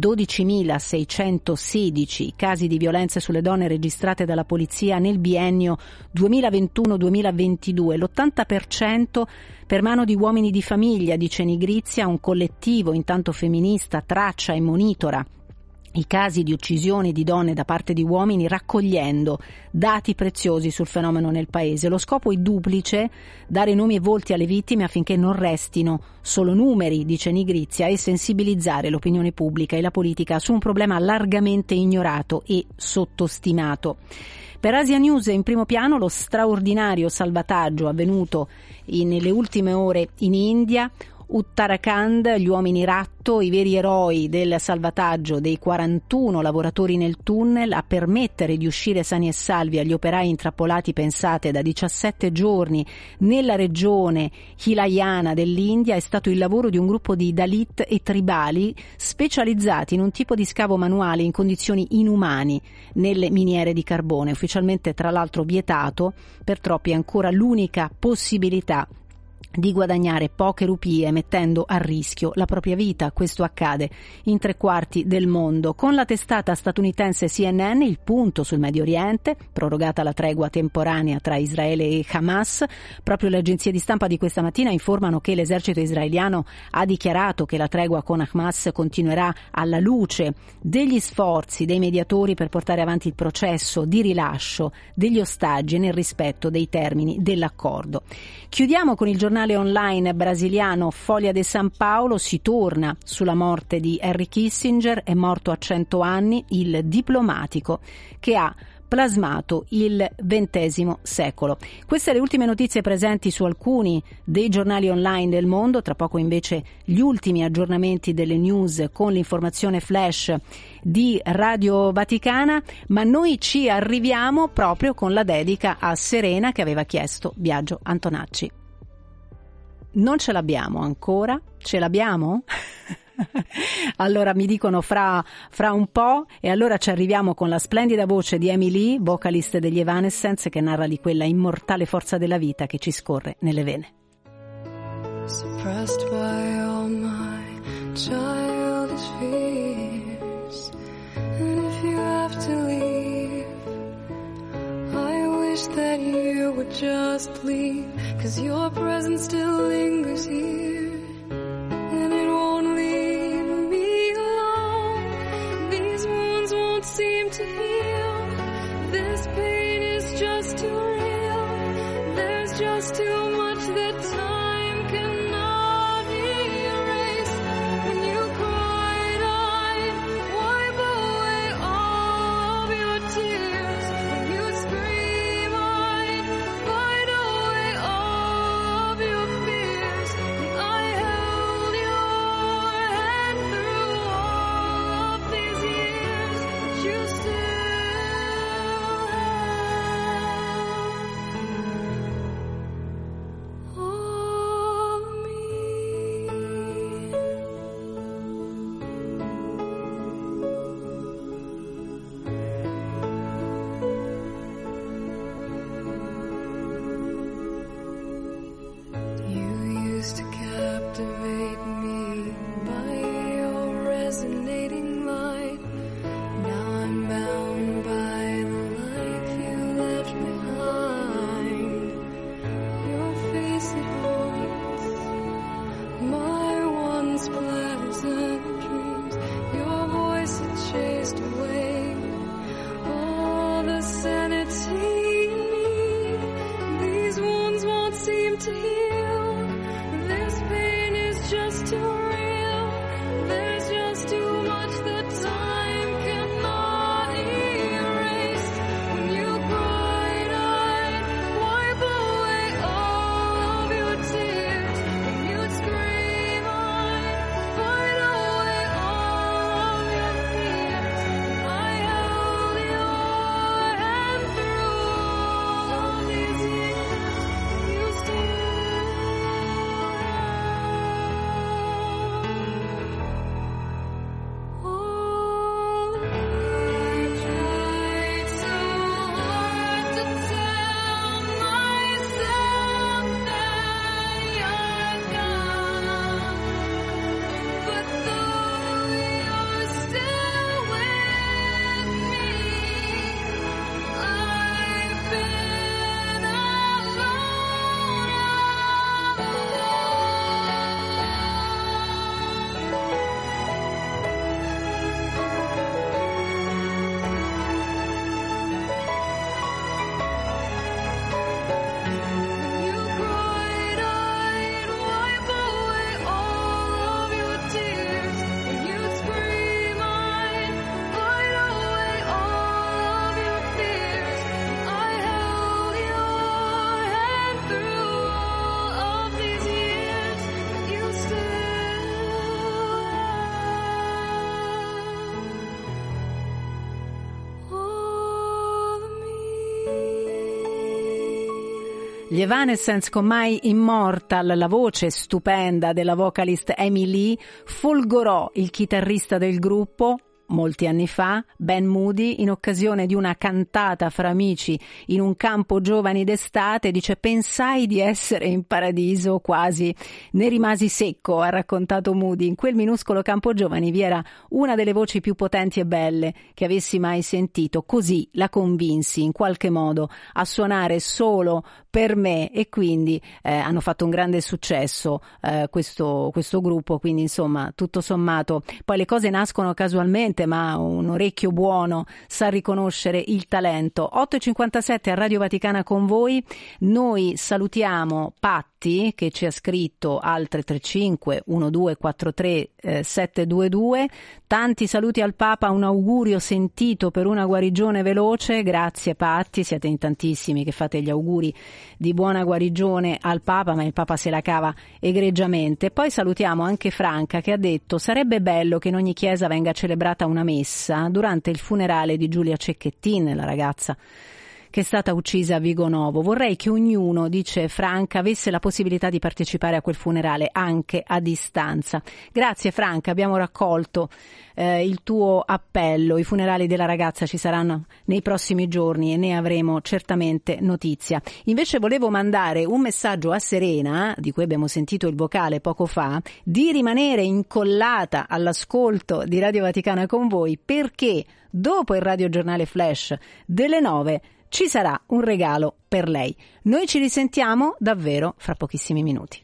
dodicimilaseicentosedici casi di violenze sulle donne registrate dalla polizia nel biennio duemilaventuno duemilaventidue, l'ottanta per cento per mano di uomini di famiglia, dice Nigrizia. Un collettivo intanto femminista traccia e monitora i casi di uccisioni di donne da parte di uomini raccogliendo dati preziosi sul fenomeno nel paese. Lo scopo è duplice: dare nomi e volti alle vittime affinché non restino solo numeri, dice Nigrizia, e sensibilizzare l'opinione pubblica e la politica su un problema largamente ignorato e sottostimato. Per Asia News in primo piano lo straordinario salvataggio avvenuto in, nelle ultime ore in India. Uttarakhand, gli uomini ratto, i veri eroi del salvataggio dei quarantuno lavoratori nel tunnel, a permettere di uscire sani e salvi agli operai intrappolati, pensate, da diciassette giorni nella regione himalayana dell'India, è stato il lavoro di un gruppo di Dalit e tribali specializzati in un tipo di scavo manuale in condizioni inumani nelle miniere di carbone, ufficialmente tra l'altro vietato, per troppi è ancora l'unica possibilità di guadagnare poche rupie mettendo a rischio la propria vita. Questo accade in tre quarti del mondo. Con la testata statunitense C N N, il punto sul Medio Oriente, prorogata la tregua temporanea tra Israele e Hamas. Proprio le agenzie di stampa di questa mattina informano che l'esercito israeliano ha dichiarato che la tregua con Hamas continuerà alla luce degli sforzi dei mediatori per portare avanti il processo di rilascio degli ostaggi nel rispetto dei termini dell'accordo. Chiudiamo con il giornale online brasiliano Folha de São Paulo. Si torna sulla morte di Henry Kissinger, è morto a cento anni, il diplomatico che ha plasmato il ventesimo secolo. Queste le ultime notizie presenti su alcuni dei giornali online del mondo. Tra poco invece gli ultimi aggiornamenti delle news con l'informazione flash di Radio Vaticana, ma noi ci arriviamo proprio con la dedica a Serena che aveva chiesto Biagio Antonacci. Non ce l'abbiamo ancora? Ce l'abbiamo? Allora mi dicono fra, fra un po', e allora ci arriviamo con la splendida voce di Amy Lee, vocalist degli Evanescence, che narra di quella immortale forza della vita che ci scorre nelle vene. Suppressed by all my childish fears, and if you have to leave, I wish that you would just leave, 'cause your presence still lingers here, and it won't leave me alone. These wounds won't seem to heal, this pain is just too real, there's just too much that time cannot erase. When you cried, I'd wipe away all of your tears. When you scream, I'd fight away all of your fears. And I held your hand through all of these years, but you still have. Oh, Gli Evanescence con My Immortal, la voce stupenda della vocalist Amy Lee, folgorò il chitarrista del gruppo molti anni fa, Ben Moody, in occasione di una cantata fra amici in un campo giovani d'estate, dice: pensai di essere in paradiso, quasi ne rimasi secco, ha raccontato Moody. In quel minuscolo campo giovani vi era una delle voci più potenti e belle che avessi mai sentito, così la convinsi in qualche modo a suonare solo per me, e quindi eh, hanno fatto un grande successo eh, questo, questo gruppo, quindi insomma tutto sommato poi le cose nascono casualmente, ma un orecchio buono sa riconoscere il talento. otto e cinquantasette a Radio Vaticana con voi. Noi salutiamo Patti che ci ha scritto al tre tre cinque uno due quattro tre sette due due. Tanti saluti al Papa, un augurio sentito per una guarigione veloce. Grazie Patti, siete in tantissimi che fate gli auguri di buona guarigione al Papa, ma il Papa se la cava egregiamente. Poi salutiamo anche Franca che ha detto: sarebbe bello che in ogni chiesa venga celebrata una messa durante il funerale di Giulia Cecchettin, la ragazza che è stata uccisa a Vigonovo. Vorrei che ognuno, dice Franca, avesse la possibilità di partecipare a quel funerale anche a distanza. Grazie Franca, abbiamo raccolto eh, il tuo appello. I funerali della ragazza ci saranno nei prossimi giorni e ne avremo certamente notizia. Invece volevo mandare un messaggio a Serena, di cui abbiamo sentito il vocale poco fa, di rimanere incollata all'ascolto di Radio Vaticana con voi, perché dopo il Radio Giornale Flash delle nove ci sarà un regalo per lei. Noi ci risentiamo davvero fra pochissimi minuti.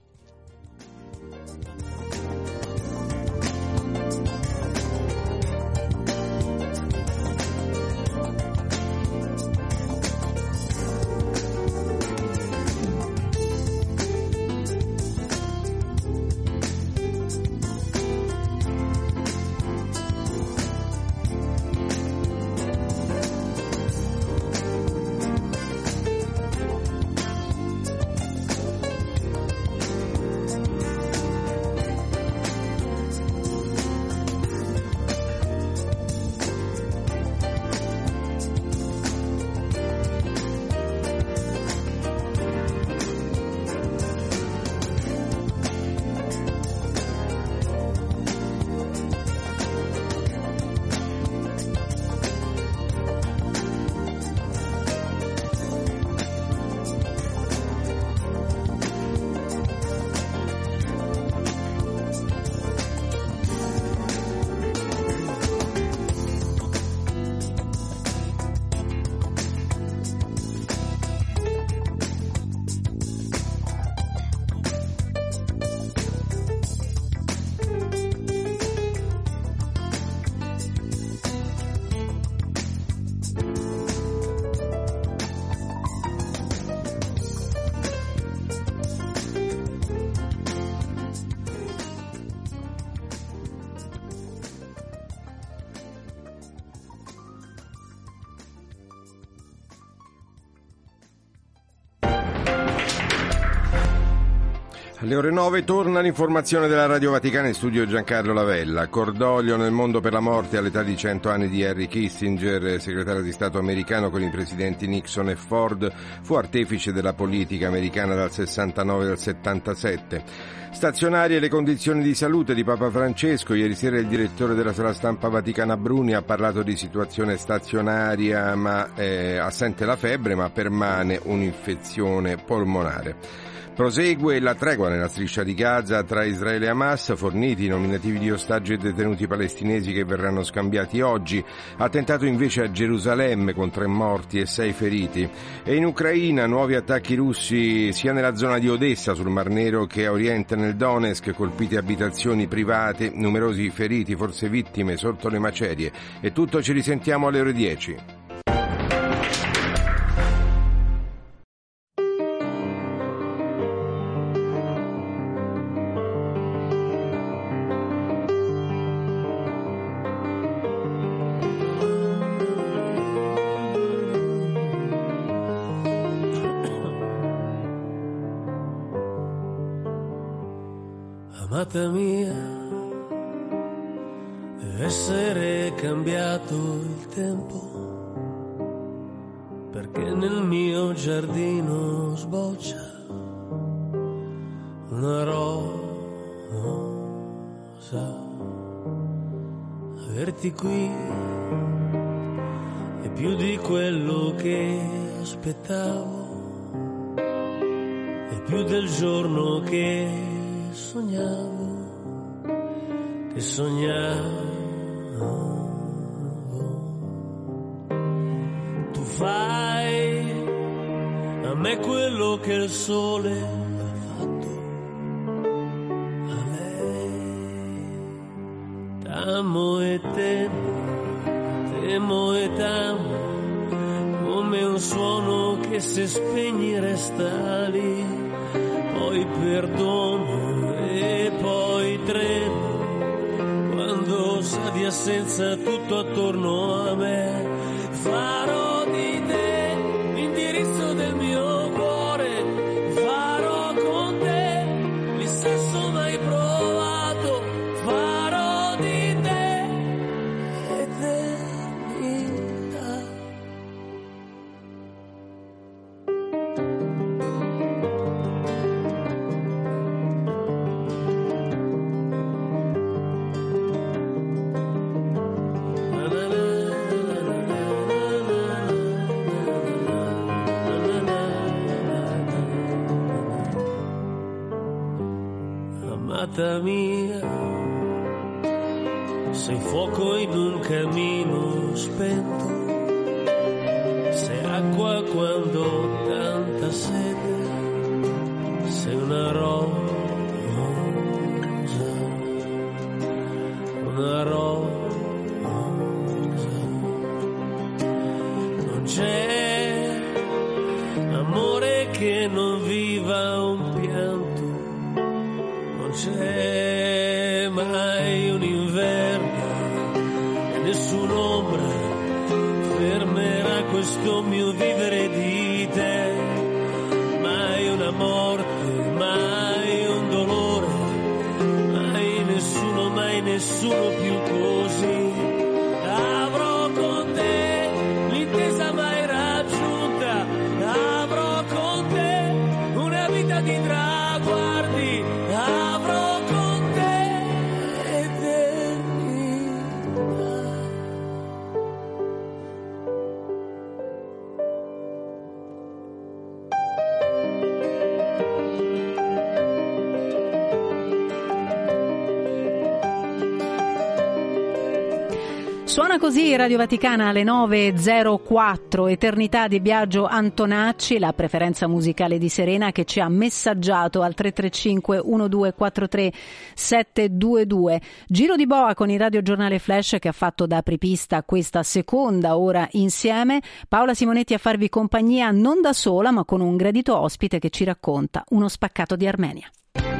Alle ore nove torna l'informazione della Radio Vaticana, in studio Giancarlo Lavella. Cordoglio nel mondo per la morte all'età di cento anni di Henry Kissinger, segretario di Stato americano con i presidenti Nixon e Ford, fu artefice della politica americana dal sessantanove al settantasette. Stazionarie le condizioni di salute di Papa Francesco. Ieri sera il direttore della sala stampa Vaticana Bruni ha parlato di situazione stazionaria, ma eh, assente la febbre, ma permane un'infezione polmonare. Prosegue la tregua nella striscia di Gaza tra Israele e Hamas, forniti i nominativi di ostaggi e detenuti palestinesi che verranno scambiati oggi. Attentato invece a Gerusalemme con tre morti e sei feriti. E in Ucraina nuovi attacchi russi sia nella zona di Odessa sul Mar Nero che a oriente nel Donetsk, colpite abitazioni private, numerosi feriti, forse vittime sotto le macerie. E tutto, ci risentiamo alle ore dieci. Amata mia, deve essere cambiato il tempo, perché che nel mio giardino sboccia una rosa. Averti qui è più di quello che aspettavo, è più del giorno che sognavo, che sognavo. Tu fai a me quello che il sole ha fatto a lei. T'amo e temo, temo e t'amo, come un suono che se spegni resta lì, poi perdono e poi tremo, quando sa di assenza tutto attorno a me. Farò di te l'indirizzo del mio cuore, farò con te il sesso mai provato, farò di te eternità. Amata mia, sei fuoco in un cammino spento, sei acqua quando ho tanta sete, sei una rosa, una rosa. Non c'è amore che non viva un pianto, non c'è mai un inverno e nessun'ombra fermerà questo mio vivere di te. Mai una morte, mai un dolore, mai nessuno, mai nessuno più così. Avrò con te l'intesa mai raggiunta, avrò con te una vita di traguardi, avrò con te eternità. Suona così Radio Vaticana alle nove e zero quattro, Eternità di Biagio Antonacci, la preferenza musicale di Serena, che ci ha messaggiato al tre tre cinque uno due quattro tre sette due due. Giro di boa con il Radio Giornale Flash che ha fatto da apripista questa seconda ora insieme. Paola Simonetti a farvi compagnia, non da sola ma con un gradito ospite che ci racconta uno spaccato di Armenia.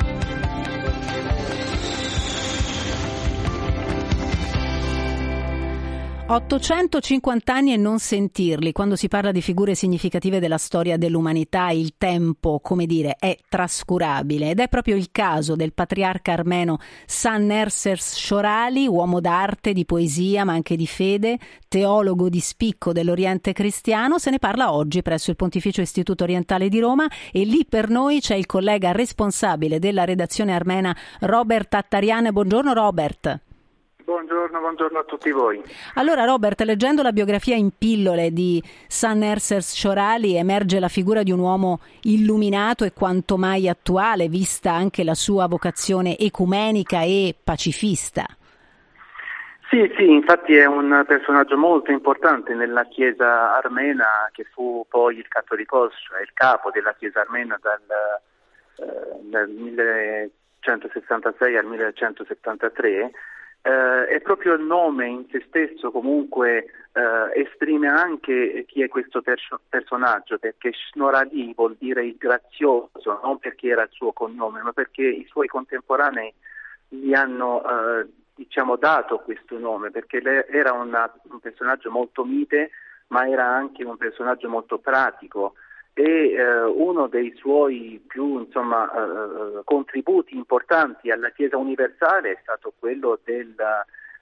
ottocentocinquanta anni e non sentirli. Quando si parla di figure significative della storia dell'umanità, il tempo, come dire, è trascurabile, ed è proprio il caso del patriarca armeno San-Ersers Shorali, uomo d'arte, di poesia ma anche di fede, teologo di spicco dell'Oriente cristiano. Se ne parla oggi presso il Pontificio Istituto Orientale di Roma, e lì per noi c'è il collega responsabile della redazione armena Robert Attarian. Buongiorno Robert. Buongiorno, buongiorno a tutti voi. Allora Robert, leggendo la biografia in pillole di San-Ersers Shorali emerge la figura di un uomo illuminato e quanto mai attuale, vista anche la sua vocazione ecumenica e pacifista. Sì, sì, infatti è un personaggio molto importante nella Chiesa armena, che fu poi il Cattolicos, cioè il capo della Chiesa armena dal, eh, dal millecentosessantasei al millecentosettantatré. Uh, è proprio il nome in se stesso comunque uh, esprime anche chi è questo perso- personaggio, perché Shnorali vuol dire il grazioso, non perché era il suo cognome, ma perché i suoi contemporanei gli hanno uh, diciamo dato questo nome, perché era una, un personaggio molto mite, ma era anche un personaggio molto pratico. E eh, uno dei suoi più insomma, eh, contributi importanti alla Chiesa universale è stato quello del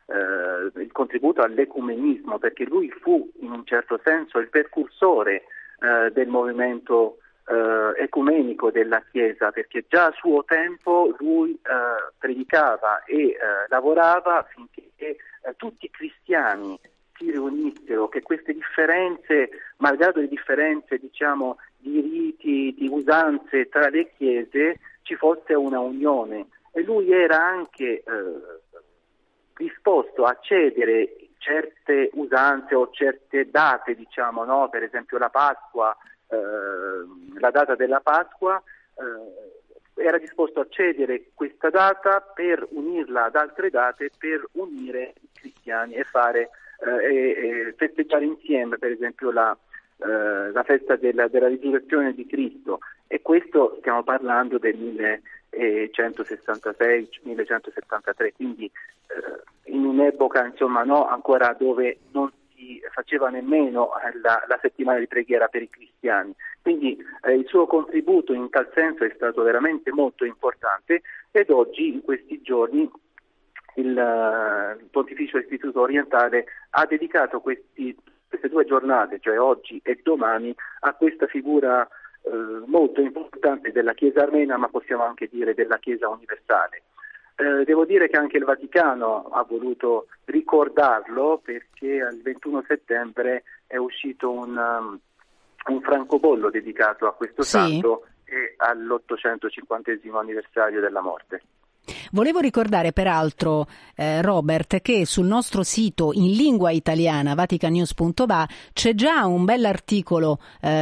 eh, il contributo all'ecumenismo, perché lui fu in un certo senso il precursore eh, del movimento eh, ecumenico della Chiesa, perché già a suo tempo lui eh, predicava e eh, lavorava affinché eh, tutti i cristiani si riunissero, che queste differenze, malgrado le differenze diciamo di riti, di usanze tra le chiese, ci fosse una unione. E lui era anche eh, disposto a cedere certe usanze o certe date, diciamo, no? Per esempio la Pasqua, eh, la data della Pasqua, eh, era disposto a cedere questa data per unirla ad altre date, per unire i cristiani e fare eh, e, e festeggiare insieme, per esempio, la, eh, la festa della, della risurrezione di Cristo. E questo stiamo parlando del millecentosessantasei millecentosettantatré, quindi eh, in un'epoca insomma no, ancora dove non si faceva nemmeno la, la settimana di preghiera per i cristiani. Quindi eh, il suo contributo in tal senso è stato veramente molto importante, ed oggi, in questi giorni, il, uh, il Pontificio Istituto Orientale ha dedicato questi, queste due giornate, cioè oggi e domani, a questa figura eh, molto importante della Chiesa armena, ma possiamo anche dire della Chiesa universale. Eh, devo dire che anche il Vaticano ha voluto ricordarlo, perché al ventuno settembre è uscito un, um, un francobollo dedicato a questo sì. santo e all'ottocentocinquantesimo anniversario della morte. Volevo ricordare peraltro, eh, Robert, che sul nostro sito in lingua italiana, vaticanews punto va, c'è già un bell'articolo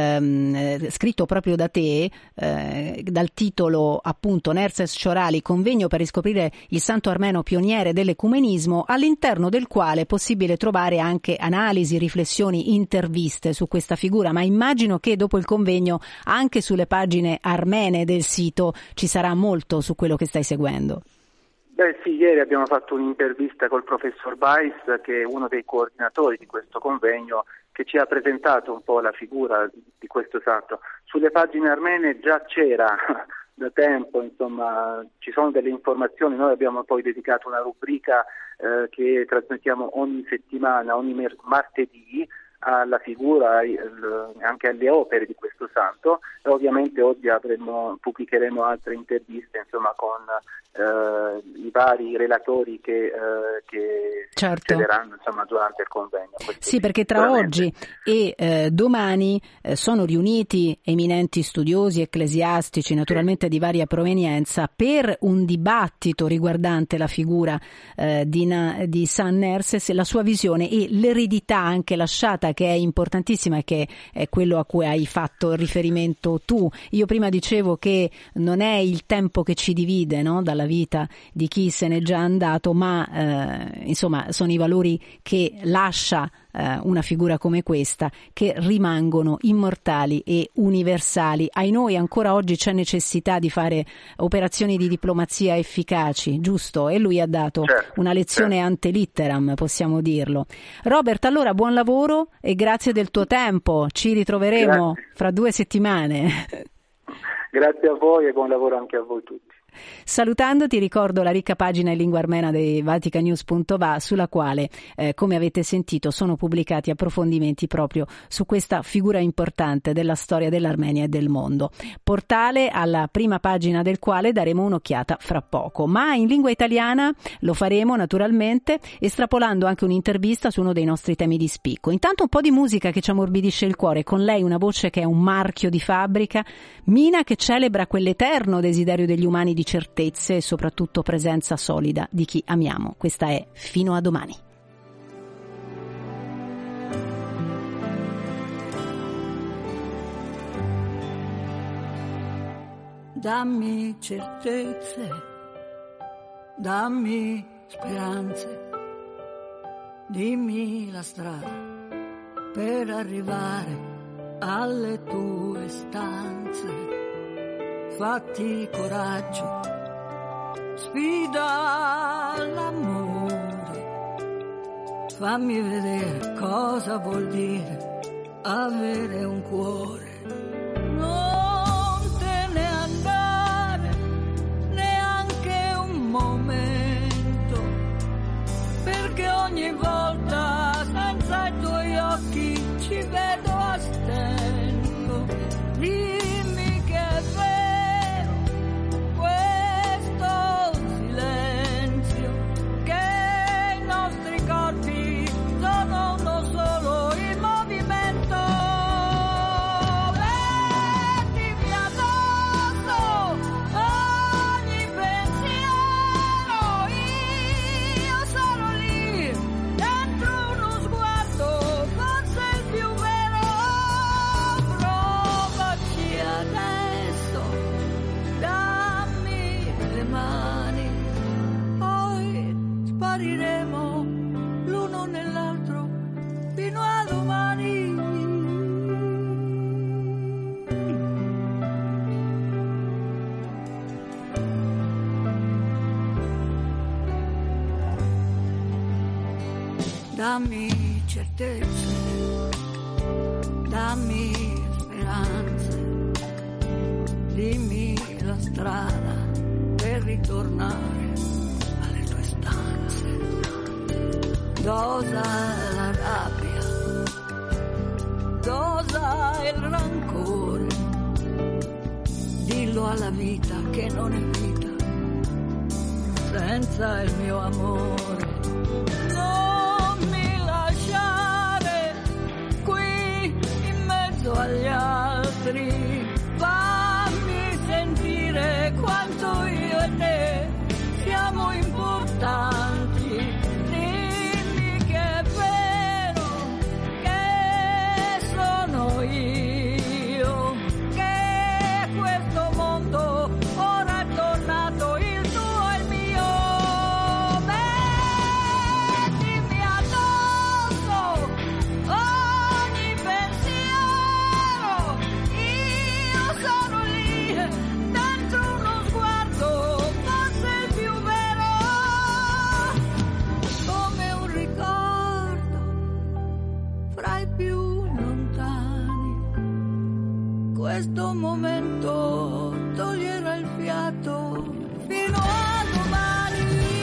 ehm, scritto proprio da te, eh, dal titolo appunto Nerses Ciorali, convegno per riscoprire il santo armeno pioniere dell'ecumenismo, all'interno del quale è possibile trovare anche analisi, riflessioni, interviste su questa figura, ma immagino che dopo il convegno anche sulle pagine armene del sito ci sarà molto su quello che stai seguendo. Beh sì, ieri abbiamo fatto un'intervista col professor Weiss, che è uno dei coordinatori di questo convegno, che ci ha presentato un po' la figura di questo santo. Sulle pagine armene già c'era da tempo, insomma, ci sono delle informazioni. Noi abbiamo poi dedicato una rubrica eh, che trasmettiamo ogni settimana, ogni mer- martedì, alla figura e anche alle opere di questo santo, e ovviamente oggi avremo, pubblicheremo altre interviste insomma con eh, i vari relatori che, eh, che certo. succederanno insomma durante il convegno. Sì, perché tra oggi e eh, domani eh, sono riuniti eminenti studiosi ecclesiastici, naturalmente sì. di varia provenienza, per un dibattito riguardante la figura eh, di, Na, di San Nerses, la sua visione e l'eredità anche lasciata, che è importantissima e che è quello a cui hai fatto riferimento tu. Io prima dicevo che non è il tempo che ci divide, no, dalla vita di chi se n'è già andato, ma eh, insomma sono i valori che lascia eh, una figura come questa, che rimangono immortali e universali. Ai noi ancora oggi c'è necessità di fare operazioni di diplomazia efficaci, giusto? E lui ha dato certo, una lezione certo. ante litteram, possiamo dirlo. Robert, allora buon lavoro e grazie del tuo tempo, ci ritroveremo grazie. fra due settimane. Grazie a voi e buon lavoro anche a voi tutti. Salutando ti ricordo la ricca pagina in lingua armena di vaticanews punto va, sulla quale eh, come avete sentito sono pubblicati approfondimenti proprio su questa figura importante della storia dell'Armenia e del mondo, portale alla prima pagina del quale daremo un'occhiata fra poco, ma in lingua italiana lo faremo naturalmente estrapolando anche un'intervista su uno dei nostri temi di spicco. Intanto un po' di musica che ci ammorbidisce il cuore, con lei una voce che è un marchio di fabbrica, Mina, che celebra quell'eterno desiderio degli umani di certezze e soprattutto presenza solida di chi amiamo. Questa è Fino a domani. Dammi certezze, dammi speranze, dimmi la strada per arrivare alle tue stanze. Fatti coraggio, sfida l'amore, fammi vedere cosa vuol dire avere un cuore. Non te ne andare neanche un momento, perché ogni volta senza i tuoi occhi ci vedo a stento. dammi certezze, dammi speranze, dimmi la strada per ritornare alle tue stanze. Dosa la rabbia, dosa il rancore, dillo alla vita che non è vita senza il mio amore. Non mi lasciare qui in mezzo agli altri, fammi sentire quanto io e te siamo importanti. Dimmi che è vero, che sono io, che questo mondo ora è tornato il tuo e il mio. Mettimi addosso ogni pensiero, io sono lì dentro uno sguardo, forse il più vero, come un ricordo fra i più lontani. Questo momento toglierà il fiato fino a domani.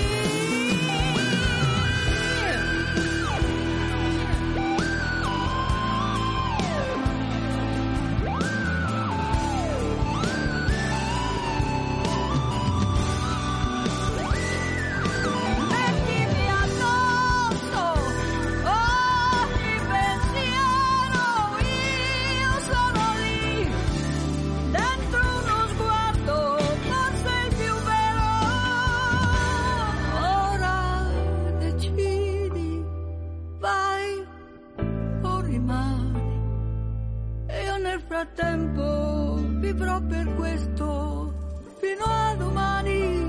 Mettimi addosso ogni pensiero, io sono lì dentro uno sguardo, forse il più vero. Ora decidi, vai o rimani, e io nel frattempo vivrò per questo fino a domani.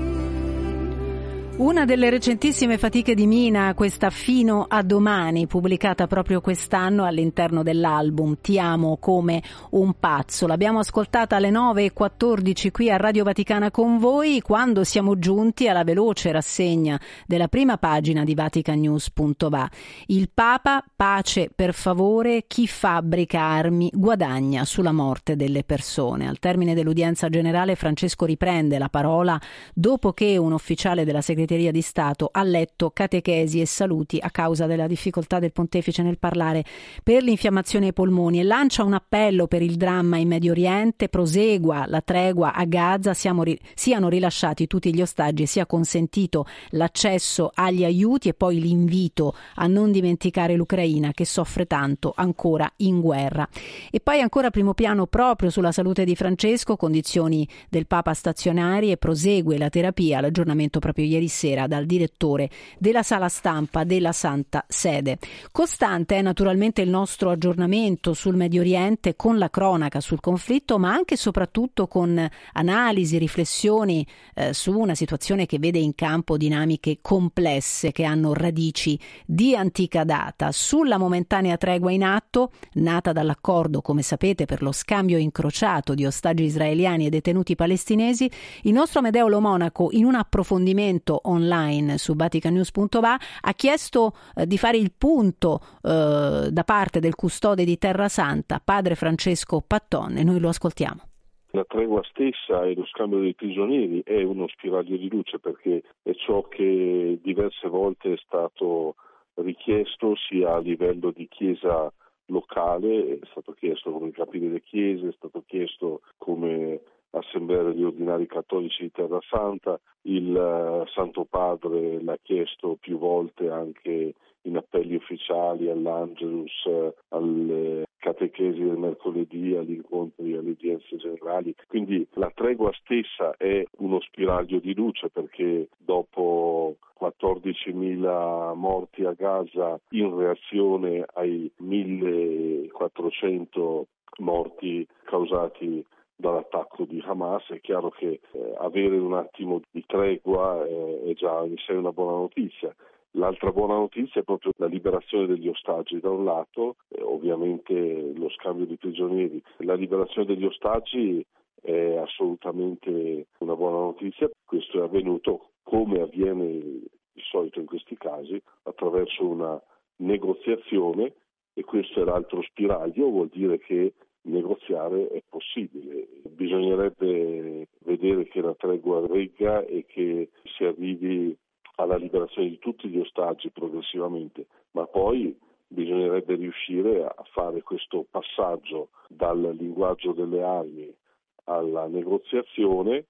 Una delle recentissime fatiche di Mina, questa Fino a domani, pubblicata proprio quest'anno all'interno dell'album Ti amo come un pazzo. L'abbiamo ascoltata alle nove e quattordici qui a Radio Vaticana con voi, quando siamo giunti alla veloce rassegna della prima pagina di vaticanews punto va. Il Papa, pace per favore, chi fabbrica armi guadagna sulla morte delle persone. Al termine dell'udienza generale Francesco riprende la parola dopo che un ufficiale della segreteria di Stato ha letto catechesi e saluti a causa della difficoltà del pontefice nel parlare per l'infiammazione ai polmoni, e lancia un appello per il dramma in Medio Oriente: prosegua la tregua a Gaza, siamo ri- siano rilasciati tutti gli ostaggi e sia consentito l'accesso agli aiuti, e poi l'invito a non dimenticare l'Ucraina che soffre tanto ancora in guerra. E poi ancora primo piano proprio sulla salute di Francesco, condizioni del Papa stazionari, e prosegue la terapia, l'aggiornamento proprio ieri sera dal direttore della sala stampa della Santa Sede. Costante è naturalmente il nostro aggiornamento sul Medio Oriente, con la cronaca sul conflitto, ma anche e soprattutto con analisi, riflessioni eh, su una situazione che vede in campo dinamiche complesse che hanno radici di antica data. Sulla momentanea tregua in atto, nata dall'accordo, come sapete, per lo scambio incrociato di ostaggi israeliani e detenuti palestinesi, il nostro Amedeo Lo Monaco, in un approfondimento online su vaticanews punto va, ha chiesto eh, di fare il punto eh, da parte del custode di Terra Santa, padre Francesco Patton, e noi lo ascoltiamo. La tregua stessa e lo scambio dei prigionieri è uno spiraglio di luce, perché è ciò che diverse volte è stato richiesto sia a livello di Chiesa locale, è stato chiesto come capi delle chiese, è stato chiesto come Assemblea degli Ordinari Cattolici di Terra Santa, il uh, Santo Padre l'ha chiesto più volte anche in appelli ufficiali all'Angelus, uh, alle catechesi del mercoledì, agli incontri, alle udienze generali. Quindi la tregua stessa è uno spiraglio di luce, perché dopo quattordicimila morti a Gaza in reazione ai millequattrocento morti causati dall'attacco di Hamas, è chiaro che eh, avere un attimo di tregua eh, è già in sé una buona notizia. L'altra buona notizia è proprio la liberazione degli ostaggi da un lato, eh, ovviamente lo scambio di prigionieri. La liberazione degli ostaggi è assolutamente una buona notizia. Questo è avvenuto, come avviene di solito in questi casi, attraverso una negoziazione, e questo è l'altro spiraglio, vuol dire che negoziare è possibile. Bisognerebbe vedere che la tregua regga e che si arrivi alla liberazione di tutti gli ostaggi progressivamente, ma poi bisognerebbe riuscire a fare questo passaggio dal linguaggio delle armi alla negoziazione,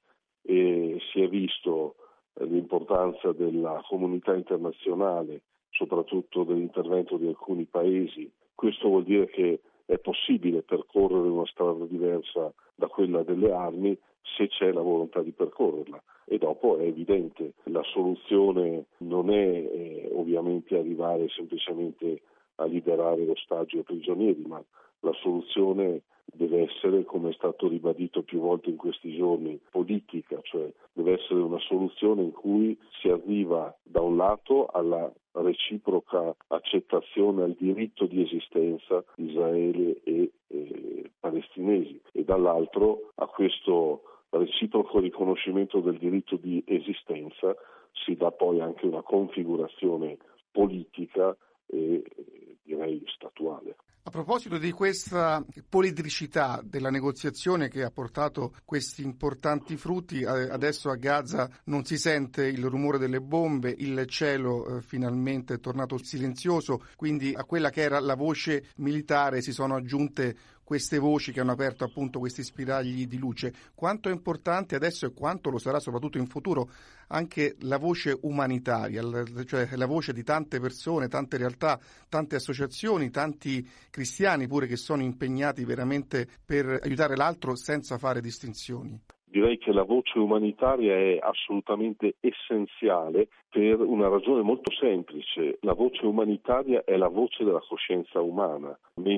e si è visto l'importanza della comunità internazionale, soprattutto dell'intervento di alcuni paesi. Questo vuol dire che è possibile percorrere una strada diversa da quella delle armi se c'è la volontà di percorrerla. E dopo è evidente, la soluzione non è eh, ovviamente arrivare semplicemente a liberare ostaggi o prigionieri, ma la soluzione deve essere, come è stato ribadito più volte in questi giorni, politica, cioè deve essere una soluzione in cui si arriva da un lato alla reciproca accettazione al diritto di esistenza di Israele e eh, palestinesi, e dall'altro a questo reciproco riconoscimento del diritto di esistenza si dà poi anche una configurazione politica e direi statuale. A proposito di questa politicità della negoziazione che ha portato questi importanti frutti, adesso a Gaza non si sente il rumore delle bombe, il cielo eh, finalmente è tornato silenzioso, quindi a quella che era la voce militare si sono aggiunte queste voci che hanno aperto appunto questi spiragli di luce. Quanto è importante adesso e quanto lo sarà soprattutto in futuro anche la voce umanitaria, cioè la voce di tante persone, tante realtà, tante associazioni, tanti cristiani pure che sono impegnati veramente per aiutare l'altro senza fare distinzioni. Direi che la voce umanitaria è assolutamente essenziale per una ragione molto semplice. La voce umanitaria è la voce della coscienza umana,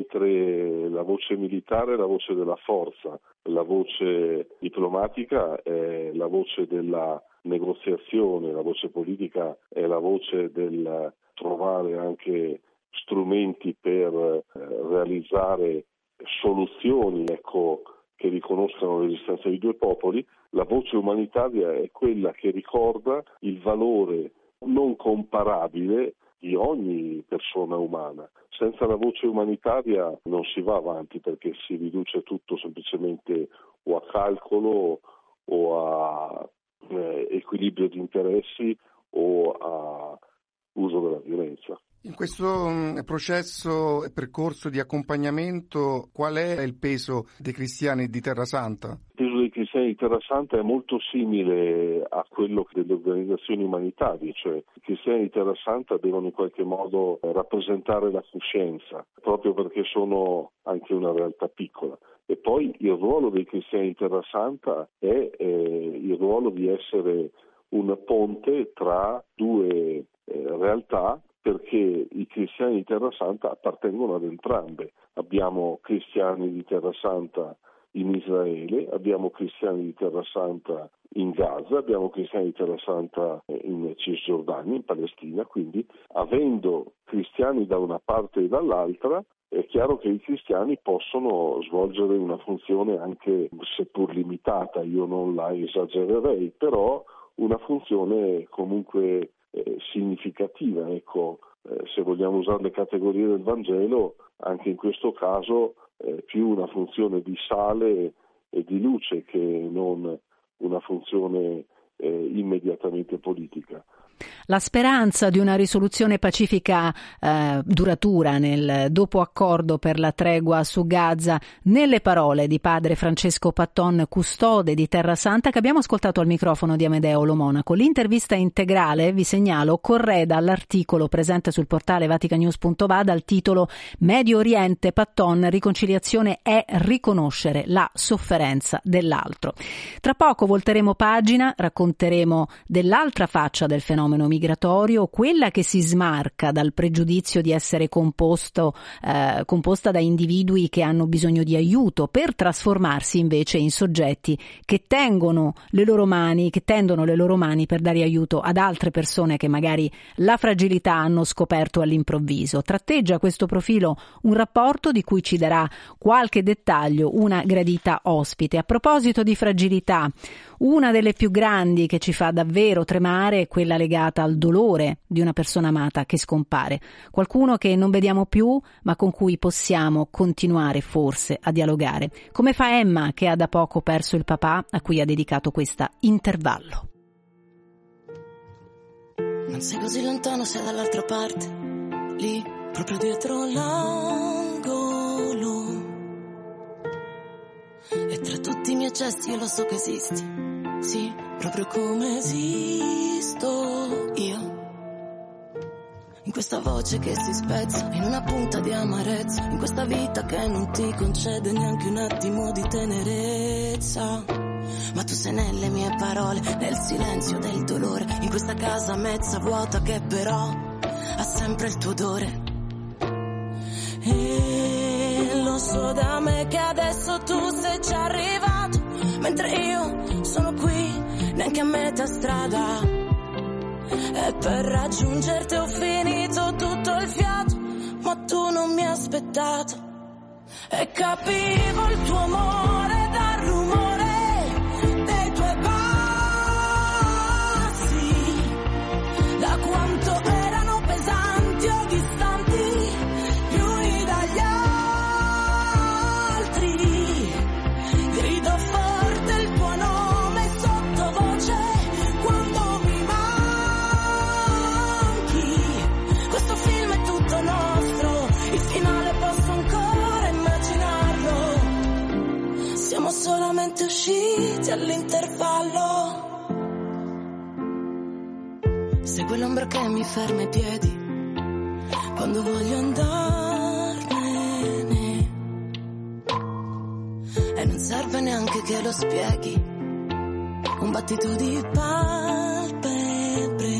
mentre la voce militare è la voce della forza, la voce diplomatica è la voce della negoziazione, la voce politica è la voce del trovare anche strumenti per eh, realizzare soluzioni, ecco, che riconoscano l'esistenza di due popoli. La voce umanitaria è quella che ricorda il valore non comparabile di ogni persona umana. Senza la voce umanitaria non si va avanti, perché si riduce tutto semplicemente o a calcolo o a eh, equilibrio di interessi o a uso della violenza. In questo um, processo e percorso di accompagnamento, qual è il peso dei cristiani di Terra Santa? Il peso dei cristiani di Terra Santa è molto simile a quello delle organizzazioni umanitarie, cioè i cristiani di Terra Santa devono in qualche modo rappresentare la coscienza, proprio perché sono anche una realtà piccola. E poi il ruolo dei cristiani di Terra Santa è eh, il ruolo di essere un ponte tra due eh, realtà, perché i cristiani di Terra Santa appartengono ad entrambe. Abbiamo cristiani di Terra Santa in Israele, abbiamo cristiani di Terra Santa in Gaza, abbiamo cristiani di Terra Santa in Cisgiordania, in Palestina, quindi avendo cristiani da una parte e dall'altra, è chiaro che i cristiani possono svolgere una funzione anche seppur limitata, io non la esagererei, però una funzione comunque eh, significativa. Ecco, eh, se vogliamo usare le categorie del Vangelo, anche in questo caso eh, più una funzione di sale e di luce che non una funzione eh, immediatamente politica. La speranza di una risoluzione pacifica eh, duratura nel dopo accordo per la tregua su Gaza, nelle parole di padre Francesco Patton, custode di Terra Santa, che abbiamo ascoltato al microfono di Amedeo Lo Monaco. L'intervista integrale, vi segnalo, correda all'articolo presente sul portale vaticanews punto va dal titolo Medio Oriente, Patton, riconciliazione è riconoscere la sofferenza dell'altro. Tra poco volteremo pagina, racconteremo dell'altra faccia del fenomeno migratorio, quella che si smarca dal pregiudizio di essere composto, eh, composta da individui che hanno bisogno di aiuto, per trasformarsi invece in soggetti che tengono le loro mani, che tendono le loro mani per dare aiuto ad altre persone che magari la fragilità hanno scoperto all'improvviso. Tratteggia questo profilo un rapporto di cui ci darà qualche dettaglio una gradita ospite. A proposito di fragilità, una delle più grandi che ci fa davvero tremare è quella legata legata al dolore di una persona amata che scompare, qualcuno che non vediamo più ma con cui possiamo continuare forse a dialogare, come fa Emma che ha da poco perso il papà a cui ha dedicato questa Intervallo. Non sei così lontano, sei dall'altra parte, lì, proprio dietro l'angolo. E tra tutti i miei gesti io lo so che esisti, sì, proprio come esisto io. In questa voce che si spezza, in una punta di amarezza, in questa vita che non ti concede neanche un attimo di tenerezza. Ma tu sei nelle mie parole, nel silenzio del dolore, in questa casa mezza vuota che però ha sempre il tuo odore. E lo so da me che adesso tu sei già arrivato, mentre io sono qui, neanche a metà strada. E per raggiungerti ho finito tutto il fiato, ma tu non mi hai aspettato. E capivo il tuo amore dal rumore dei tuoi passi, da quanto erano pesanti o distanti gli uni dagli altri. Grido forte il tuo nome sottovoce quando mi manchi. Questo film è tutto nostro, il finale posso ancora immaginarlo. Siamo solamente usciti all'intervallo. Segui l'ombra che mi ferma i piedi quando voglio andarmene, e non serve neanche che lo spieghi, un battito di palpebre.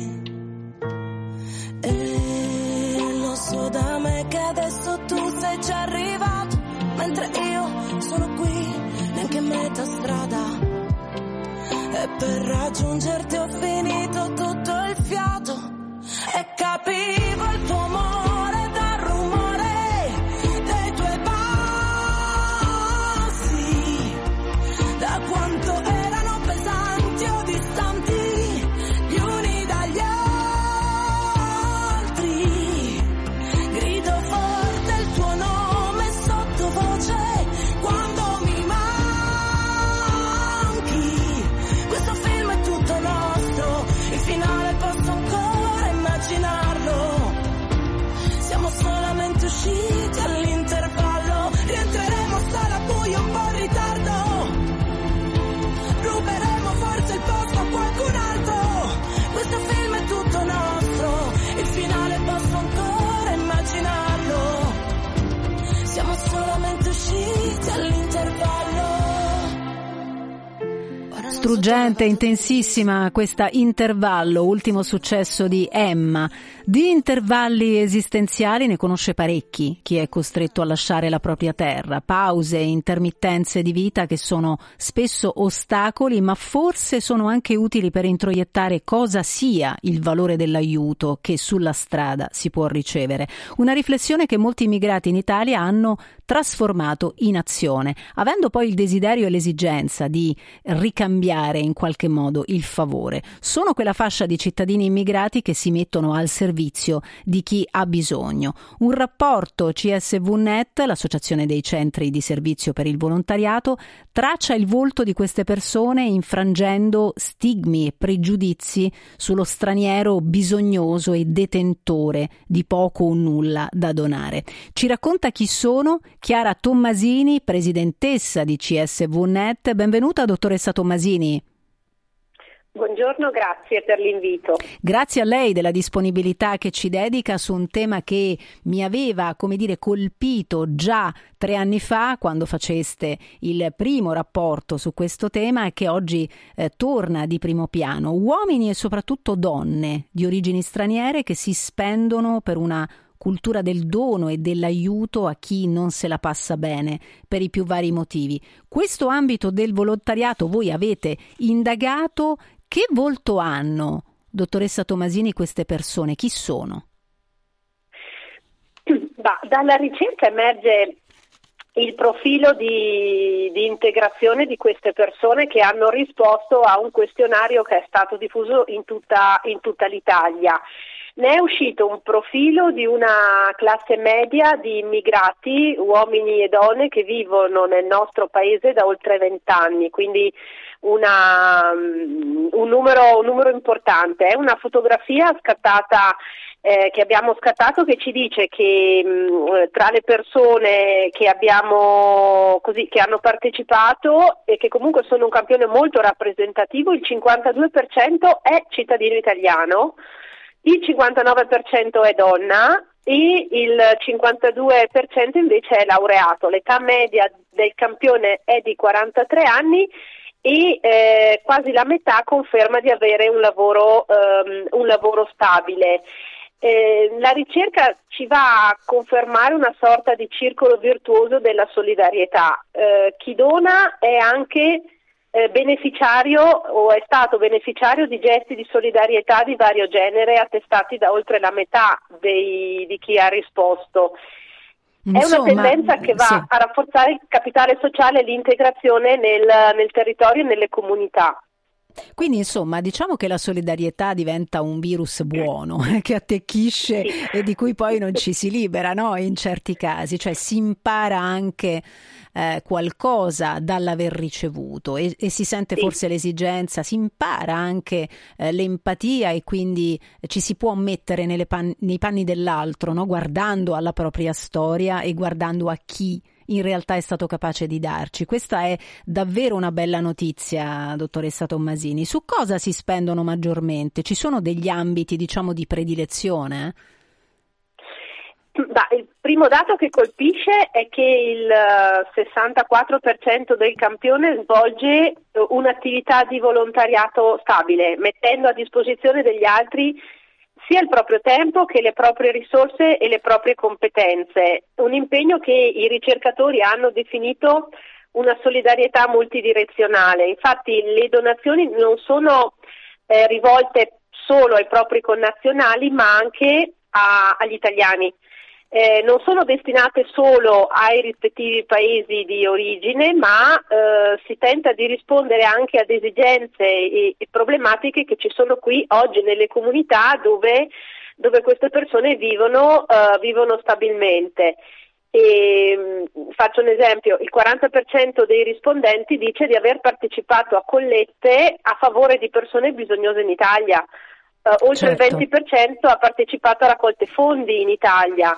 E lo so da me che adesso tu sei già arrivato, mentre io sono qui, neanche a metà strada. E per raggiungerti ho finito tutto il fiato. E capivo il tuo amore dal rumore dei tuoi passi, da quanto erano pesanti o distanti gli uni dagli altri. Grido forte il tuo nome sottovoce quando mi manchi. Questo film è tutto nostro, il finale posso ancora immaginarlo. Siamo solamente usciti all'intervallo, rientreremo sala buio un po' in ritardo, ruberemo forse il posto a qualcun altro. Questo film è tutto nostro, il finale posso ancora immaginarlo. Siamo solamente usciti all'intervallo. Struggente, intensissima questa Intervallo, ultimo successo di Emma. Di intervalli esistenziali ne conosce parecchi chi è costretto a lasciare la propria terra, pause e intermittenze di vita che sono spesso ostacoli, ma forse sono anche utili per introiettare cosa sia il valore dell'aiuto che sulla strada si può ricevere. Una riflessione che molti immigrati in Italia hanno trasformato in azione, avendo poi il desiderio e l'esigenza di ricambiare in qualche modo il favore. Sono quella fascia di cittadini immigrati che si mettono al servizio di chi ha bisogno. Un rapporto C S V Net, l'associazione dei centri di servizio per il volontariato, traccia il volto di queste persone infrangendo stigmi e pregiudizi sullo straniero bisognoso e detentore di poco o nulla da donare. Ci racconta chi sono Chiara Tommasini, presidentessa di C S V Net. Benvenuta, dottoressa Tommasini. Buongiorno, grazie per l'invito. Grazie a lei della disponibilità che ci dedica su un tema che mi aveva, come dire, colpito già tre anni fa quando faceste il primo rapporto su questo tema e che oggi eh, torna di primo piano. Uomini e soprattutto donne di origini straniere che si spendono per una cultura del dono e dell'aiuto a chi non se la passa bene per i più vari motivi. Questo ambito del volontariato voi avete indagato. Che volto hanno, dottoressa Tommasini, queste persone? Chi sono? Bah, dalla ricerca emerge il profilo di, di integrazione di queste persone che hanno risposto a un questionario che è stato diffuso in tutta, in tutta l'Italia. Ne è uscito un profilo di una classe media di immigrati, uomini e donne, che vivono nel nostro paese da oltre vent'anni, quindi una, un, numero, un numero importante. È una fotografia scattata eh, che abbiamo scattato che ci dice che mh, tra le persone che abbiamo così che hanno partecipato e che comunque sono un campione molto rappresentativo, il cinquantadue per cento è cittadino italiano, il cinquantanove per cento è donna e il cinquantadue per cento invece è laureato. L'età media del campione è di quarantatré anni e eh, quasi la metà conferma di avere un lavoro, um, un lavoro stabile. Eh, la ricerca ci va a confermare una sorta di circolo virtuoso della solidarietà. Eh, chi dona è anche Eh, beneficiario o è stato beneficiario di gesti di solidarietà di vario genere attestati da oltre la metà dei, di chi ha risposto. Insomma, è una tendenza che va sì. a rafforzare il capitale sociale e l'integrazione nel, nel territorio e nelle comunità. Quindi insomma diciamo che la solidarietà diventa un virus buono eh, che attecchisce sì. e di cui poi non ci si libera, no? In certi casi, cioè si impara anche eh, qualcosa dall'aver ricevuto e, e si sente sì. forse l'esigenza, si impara anche eh, l'empatia e quindi ci si può mettere nelle pan- nei panni dell'altro, no? Guardando alla propria storia e guardando a chi in realtà è stato capace di darci. Questa è davvero una bella notizia, dottoressa Tommasini. Su cosa si spendono maggiormente? Ci sono degli ambiti, diciamo, di predilezione? Bah, il primo dato che colpisce è che il sessantaquattro per cento del campione svolge un'attività di volontariato stabile, mettendo a disposizione degli altri sia il proprio tempo che le proprie risorse e le proprie competenze, un impegno che i ricercatori hanno definito una solidarietà multidirezionale. Infatti le donazioni non sono eh, rivolte solo ai propri connazionali ma anche a, agli italiani. Eh, non sono destinate solo ai rispettivi paesi di origine, ma eh, si tenta di rispondere anche ad esigenze e, e problematiche che ci sono qui oggi nelle comunità dove, dove queste persone vivono, eh, vivono stabilmente. E, faccio un esempio, il quaranta per cento dei rispondenti dice di aver partecipato a collette a favore di persone bisognose in Italia. Uh, oltre certo. il venti per cento ha partecipato a raccolte fondi in Italia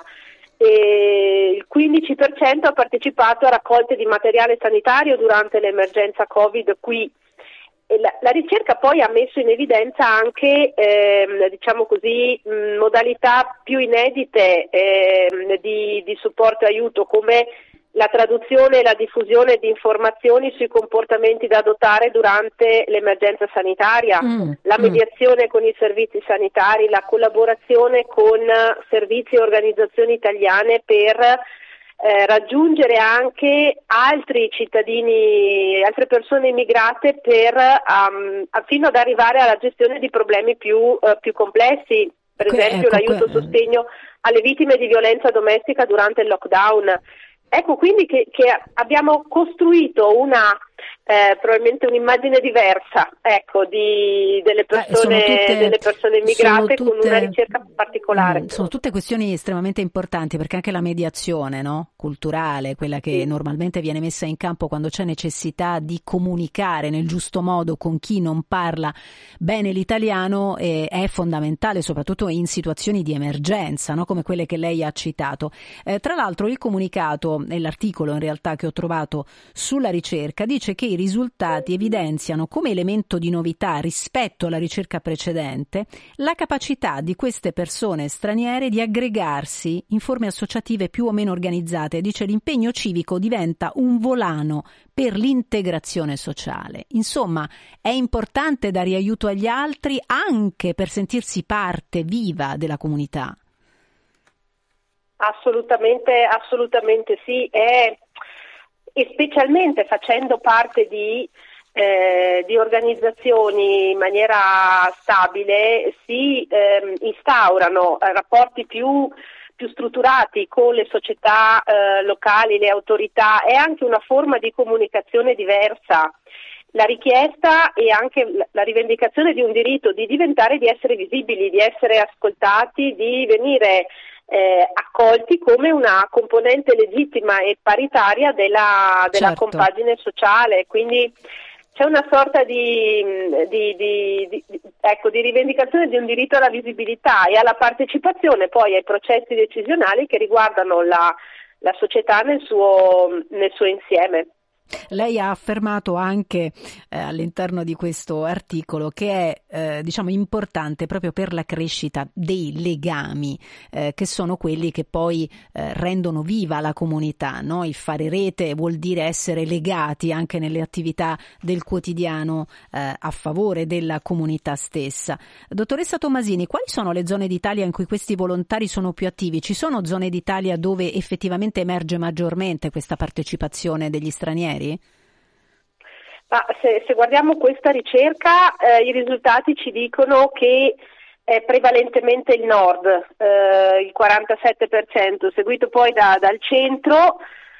e il quindici per cento ha partecipato a raccolte di materiale sanitario durante l'emergenza Covid qui. E la, la ricerca poi ha messo in evidenza anche ehm, diciamo così mh, modalità più inedite ehm, di, di supporto e aiuto, come la traduzione e la diffusione di informazioni sui comportamenti da adottare durante l'emergenza sanitaria, mm, la mediazione mm. con i servizi sanitari, la collaborazione con servizi e organizzazioni italiane per eh, raggiungere anche altri cittadini, altre persone immigrate per, um, fino ad arrivare alla gestione di problemi più, uh, più complessi, per que- esempio ecco, l'aiuto e que- sostegno alle vittime di violenza domestica durante il lockdown. Ecco quindi che, che abbiamo costruito una eh, probabilmente un'immagine diversa ecco, di, delle, persone, eh, tutte, delle persone immigrate tutte, con una ricerca particolare. Mh, sono tutte questioni estremamente importanti perché anche la mediazione no? culturale, quella che sì. normalmente viene messa in campo quando c'è necessità di comunicare nel giusto modo con chi non parla bene l'italiano eh, è fondamentale, soprattutto in situazioni di emergenza no? come quelle che lei ha citato. Eh, tra l'altro il comunicato e l'articolo in realtà che ho trovato sulla ricerca dice che i risultati evidenziano come elemento di novità rispetto alla ricerca precedente la capacità di queste persone straniere di aggregarsi in forme associative più o meno organizzate. Dice l'impegno civico diventa un volano per l'integrazione sociale. Insomma, è importante dare aiuto agli altri anche per sentirsi parte viva della comunità. Assolutamente, assolutamente sì, è, e specialmente facendo parte di, eh, di organizzazioni in maniera stabile si eh, instaurano rapporti più, più strutturati con le società eh, locali, le autorità, è anche una forma di comunicazione diversa. La richiesta e anche la rivendicazione di un diritto di diventare, di essere visibili, di essere ascoltati, di venire eh, accolti come una componente legittima e paritaria della, della Certo. compagine sociale. Quindi c'è una sorta di, di, di, di, ecco, di rivendicazione di un diritto alla visibilità e alla partecipazione poi ai processi decisionali che riguardano la, la società nel suo, nel suo insieme. Lei ha affermato anche eh, all'interno di questo articolo che è eh, diciamo importante proprio per la crescita dei legami eh, che sono quelli che poi eh, rendono viva la comunità, no? Il fare rete vuol dire essere legati anche nelle attività del quotidiano eh, a favore della comunità stessa. Dottoressa Tomasini, quali sono le zone d'Italia in cui questi volontari sono più attivi? Ci sono zone d'Italia dove effettivamente emerge maggiormente questa partecipazione degli stranieri? Ma se, se guardiamo questa ricerca, eh, i risultati ci dicono che è prevalentemente il nord, eh, il quarantasette per cento, seguito poi da, dal centro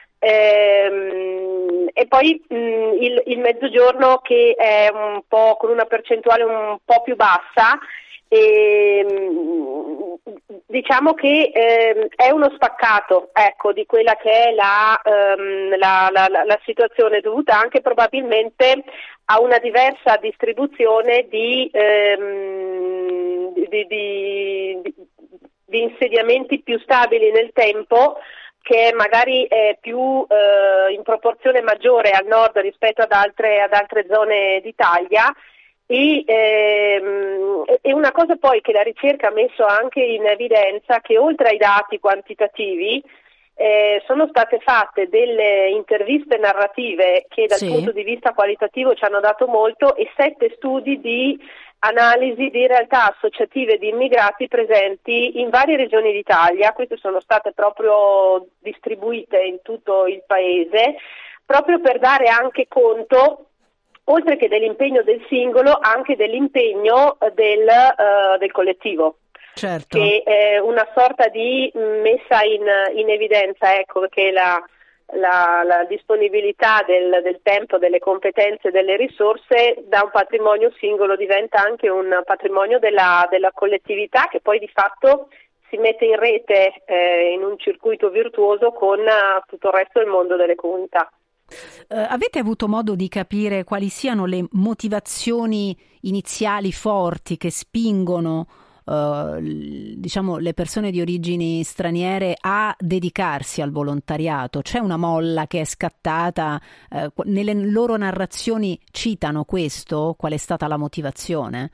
ehm, e poi mh, il, il mezzogiorno che è un po' con una percentuale un po' più bassa. E, diciamo che eh, è uno spaccato, ecco, di quella che è la, um, la, la, la, la situazione, dovuta anche probabilmente a una diversa distribuzione di, um, di, di, di, di insediamenti più stabili nel tempo, che magari è più eh, in proporzione maggiore al nord rispetto ad altre, ad altre zone d'Italia. E, ehm, e una cosa poi che la ricerca ha messo anche in evidenza, che oltre ai dati quantitativi eh, sono state fatte delle interviste narrative che dal Sì. punto di vista qualitativo ci hanno dato molto, e sette studi di analisi di realtà associative di immigrati presenti in varie regioni d'Italia. Queste sono state proprio distribuite in tutto il paese, proprio per dare anche conto, oltre che dell'impegno del singolo, anche dell'impegno del, uh, del collettivo. Certo. Che è una sorta di messa in, in evidenza, ecco, che la, la, la disponibilità del, del tempo, delle competenze, delle risorse da un patrimonio singolo diventa anche un patrimonio della, della collettività, che poi di fatto si mette in rete eh, in un circuito virtuoso con uh, tutto il resto del mondo delle comunità. Uh, avete avuto modo di capire quali siano le motivazioni iniziali forti che spingono uh, diciamo le persone di origini straniere a dedicarsi al volontariato? C'è una molla che è scattata? Uh, nelle loro narrazioni citano questo? Qual è stata la motivazione?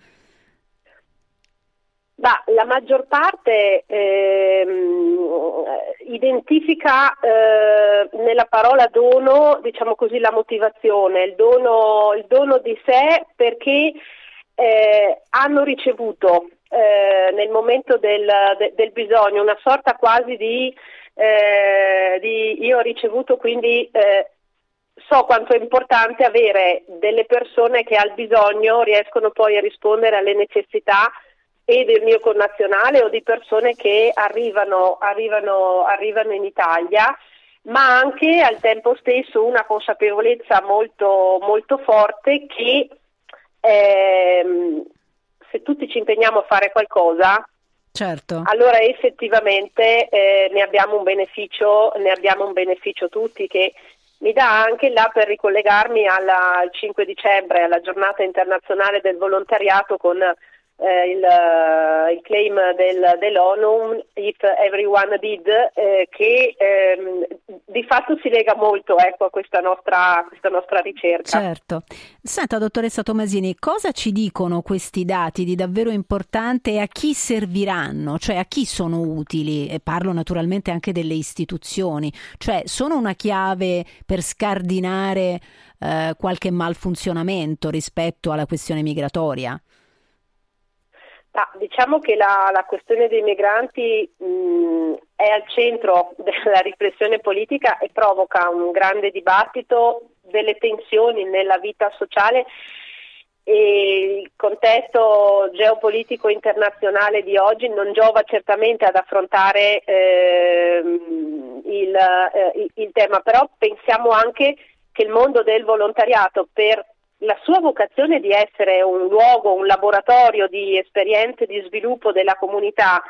Bah, la maggior parte ehm, identifica eh, nella parola dono, diciamo così, la motivazione, il dono, il dono di sé, perché eh, hanno ricevuto eh, nel momento del, de, del bisogno una sorta quasi di, eh, di io ho ricevuto, quindi eh, so quanto è importante avere delle persone che al bisogno riescono poi a rispondere alle necessità e del mio connazionale o di persone che arrivano, arrivano, arrivano in Italia, ma anche al tempo stesso una consapevolezza molto, molto forte che ehm, se tutti ci impegniamo a fare qualcosa, certo, allora effettivamente eh, ne abbiamo un beneficio, ne abbiamo un beneficio tutti, che mi dà anche là per ricollegarmi alla, al cinque dicembre, alla giornata internazionale del volontariato, con Eh, il, uh, il claim del, dell'ONU, If Everyone Did, eh, che ehm, di fatto si lega molto, ecco, a questa nostra, questa nostra ricerca. Certo. Senta, dottoressa Tomasini, cosa ci dicono questi dati di davvero importante e a chi serviranno? Cioè a chi sono utili? E parlo naturalmente anche delle istituzioni, cioè sono una chiave per scardinare eh, qualche malfunzionamento rispetto alla questione migratoria? Ah, diciamo che la, la questione dei migranti mh, è al centro della riflessione politica e provoca un grande dibattito, delle tensioni nella vita sociale e il contesto geopolitico internazionale di oggi non giova certamente ad affrontare eh, il, eh, il tema, però pensiamo anche che il mondo del volontariato, per la sua vocazione di essere un luogo, un laboratorio di esperienze di sviluppo della comunità,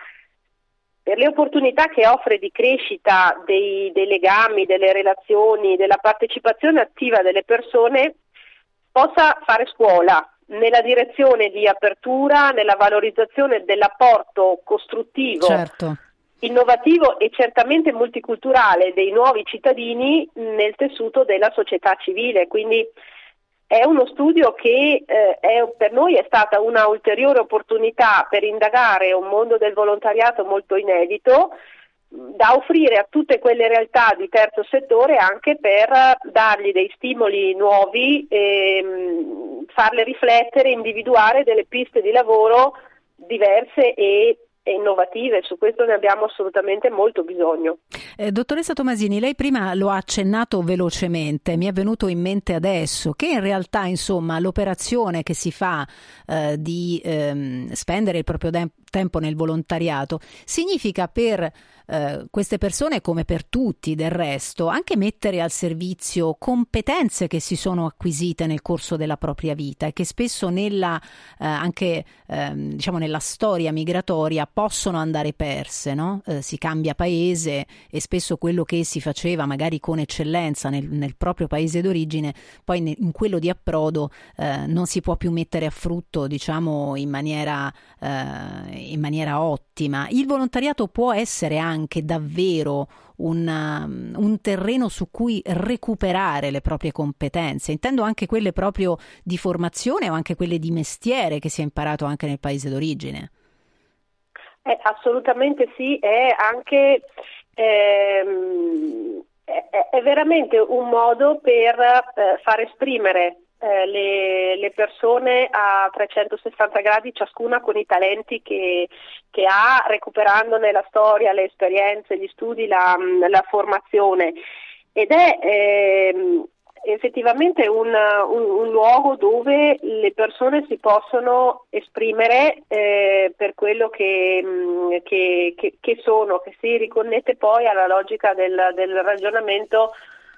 per le opportunità che offre di crescita dei, dei legami, delle relazioni, della partecipazione attiva delle persone, possa fare scuola nella direzione di apertura, nella valorizzazione dell'apporto costruttivo, certo, innovativo e certamente multiculturale dei nuovi cittadini nel tessuto della società civile. Quindi è uno studio che eh, è, per noi è stata una ulteriore opportunità per indagare un mondo del volontariato molto inedito, da offrire a tutte quelle realtà di terzo settore anche per dargli dei stimoli nuovi, e farle riflettere, individuare delle piste di lavoro diverse e e innovative. Su questo ne abbiamo assolutamente molto bisogno. Eh, dottoressa Tomasini, lei prima lo ha accennato velocemente, mi è venuto in mente adesso che in realtà, insomma, l'operazione che si fa eh, di ehm, spendere il proprio de- tempo nel volontariato significa per eh, queste persone, come per tutti del resto, anche mettere al servizio competenze che si sono acquisite nel corso della propria vita e che spesso nella eh, anche ehm, diciamo nella storia migratoria possono andare perse, no? Eh, si cambia paese e spesso quello che si faceva magari con eccellenza nel, nel proprio paese d'origine, poi ne, in quello di approdo eh, non si può più mettere a frutto, diciamo, in maniera eh, in maniera ottima. Il volontariato può essere anche davvero una, un terreno su cui recuperare le proprie competenze, intendo anche quelle proprio di formazione o anche quelle di mestiere che si è imparato anche nel paese d'origine. Eh, assolutamente sì, è anche ehm, è, è veramente un modo per eh, far esprimere eh, le, le persone a trecentosessanta gradi, ciascuna con i talenti che, che ha, recuperandone la storia, le esperienze, gli studi, la, la formazione, ed è ehm, effettivamente un, un, un luogo dove le persone si possono esprimere eh, per quello che, che, che, che sono, che si riconnette poi alla logica del, del ragionamento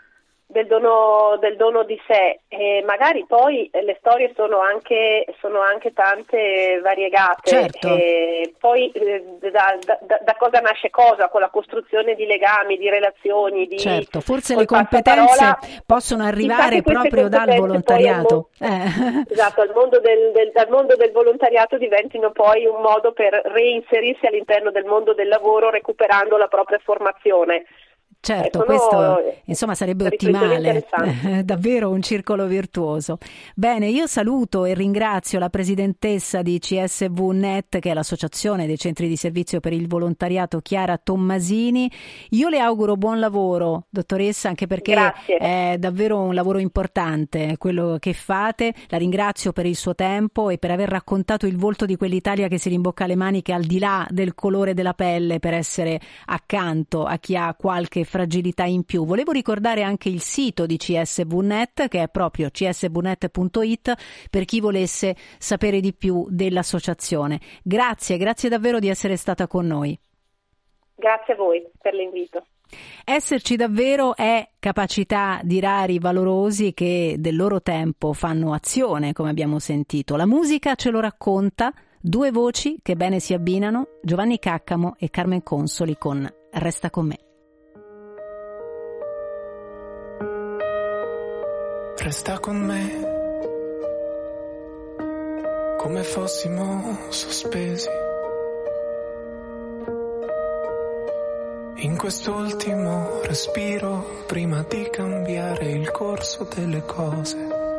del dono, del dono di sé, e magari poi le storie sono anche, sono anche tante variegate. Certo. E poi eh, da, da, da cosa nasce cosa, con la costruzione di legami, di relazioni, di certo, forse le competenze possono arrivare proprio dal volontariato. Al mondo, eh. Esatto, al mondo del, del, dal mondo del volontariato diventino poi un modo per reinserirsi all'interno del mondo del lavoro, recuperando la propria formazione. Certo, eh, questo insomma sarebbe ottimale, eh, davvero un circolo virtuoso. Bene, io saluto e ringrazio la presidentessa di C S V Net, che è l'associazione dei centri di servizio per il volontariato, Chiara Tommasini. Io le auguro buon lavoro, dottoressa, anche perché Grazie. È davvero un lavoro importante quello che fate. La ringrazio per il suo tempo e per aver raccontato il volto di quell'Italia che si rimbocca le maniche al di là del colore della pelle per essere accanto a chi ha qualche fragilità in più. Volevo ricordare anche il sito di C S V Net, che è proprio c s v net punto i t, per chi volesse sapere di più dell'associazione. Grazie, grazie davvero di essere stata con noi. Grazie a voi per l'invito. Esserci davvero è capacità di rari valorosi che del loro tempo fanno azione, come abbiamo sentito. La musica ce lo racconta, due voci che bene si abbinano, Giovanni Caccamo e Carmen Consoli con Resta con me. Resta con me, come fossimo sospesi in quest'ultimo respiro prima di cambiare il corso delle cose.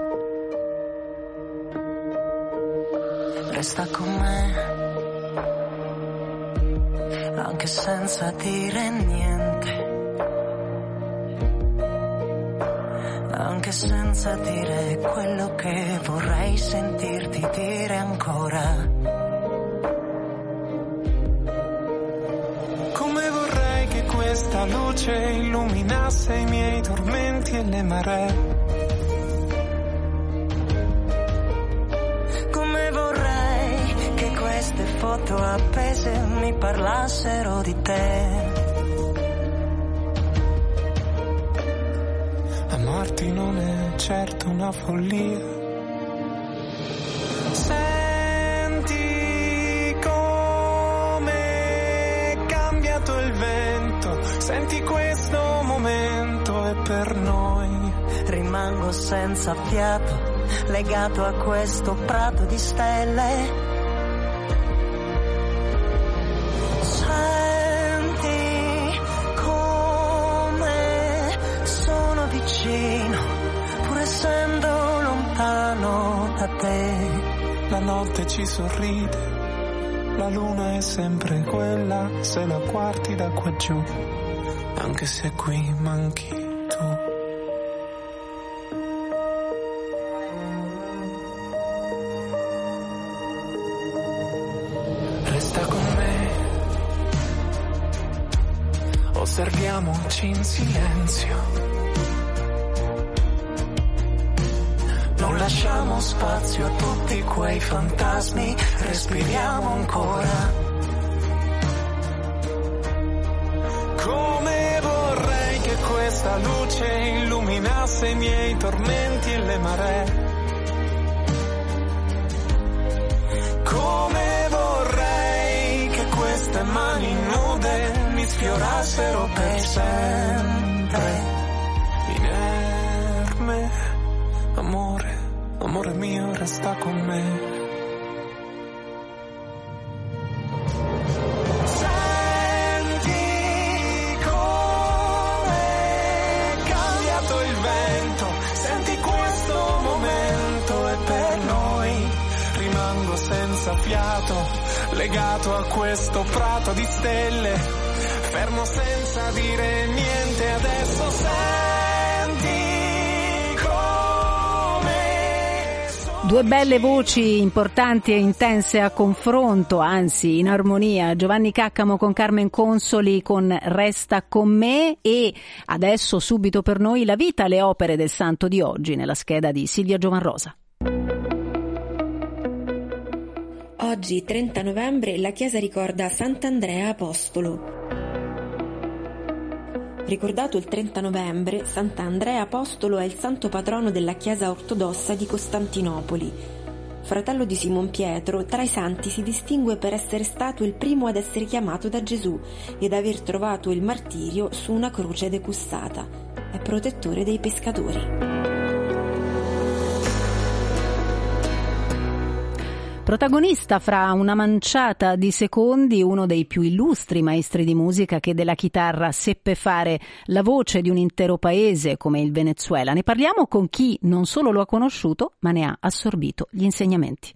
Resta con me, anche senza dire niente, anche senza dire quello che vorrei sentirti dire ancora. Come vorrei che questa luce illuminasse i miei tormenti e le maree. foto appese mi parlassero di te. Amarti non è certo una follia. Senti come è cambiato il vento, senti questo momento è per noi. Rimango senza fiato, legato a questo prato di stelle. Pur essendo lontano da te. La notte ci sorride, la luna è sempre quella, se la guardi da qua giù, anche se qui manchi tu. Resta con me, osserviamoci in silenzio. Non lasciamo spazio a tutti quei fantasmi, respiriamo ancora. Come vorrei che questa luce illuminasse i miei tormenti e le maree. Come vorrei che queste mani nude mi sfiorassero per sempre. Inerme, amore. Amore mio, resta con me. Senti come è cambiato il vento, senti questo momento è per noi. Rimango senza fiato, legato a questo prato di stelle, fermo senza dire niente adesso. Senti due belle voci importanti e intense a confronto, anzi in armonia. Giovanni Caccamo con Carmen Consoli con Resta con me, e adesso subito per noi la vita e le opere del santo di oggi nella scheda di Silvia Giovanrosa. Oggi, trenta novembre, la Chiesa ricorda Sant'Andrea Apostolo. Ricordato il trenta novembre, Sant'Andrea Apostolo è il santo patrono della Chiesa ortodossa di Costantinopoli. Fratello di Simon Pietro, tra i santi si distingue per essere stato il primo ad essere chiamato da Gesù ed aver trovato il martirio su una croce decussata. È protettore dei pescatori. Protagonista fra una manciata di secondi, uno dei più illustri maestri di musica che della chitarra seppe fare la voce di un intero paese come il Venezuela. Ne parliamo con chi non solo lo ha conosciuto, ma ne ha assorbito gli insegnamenti.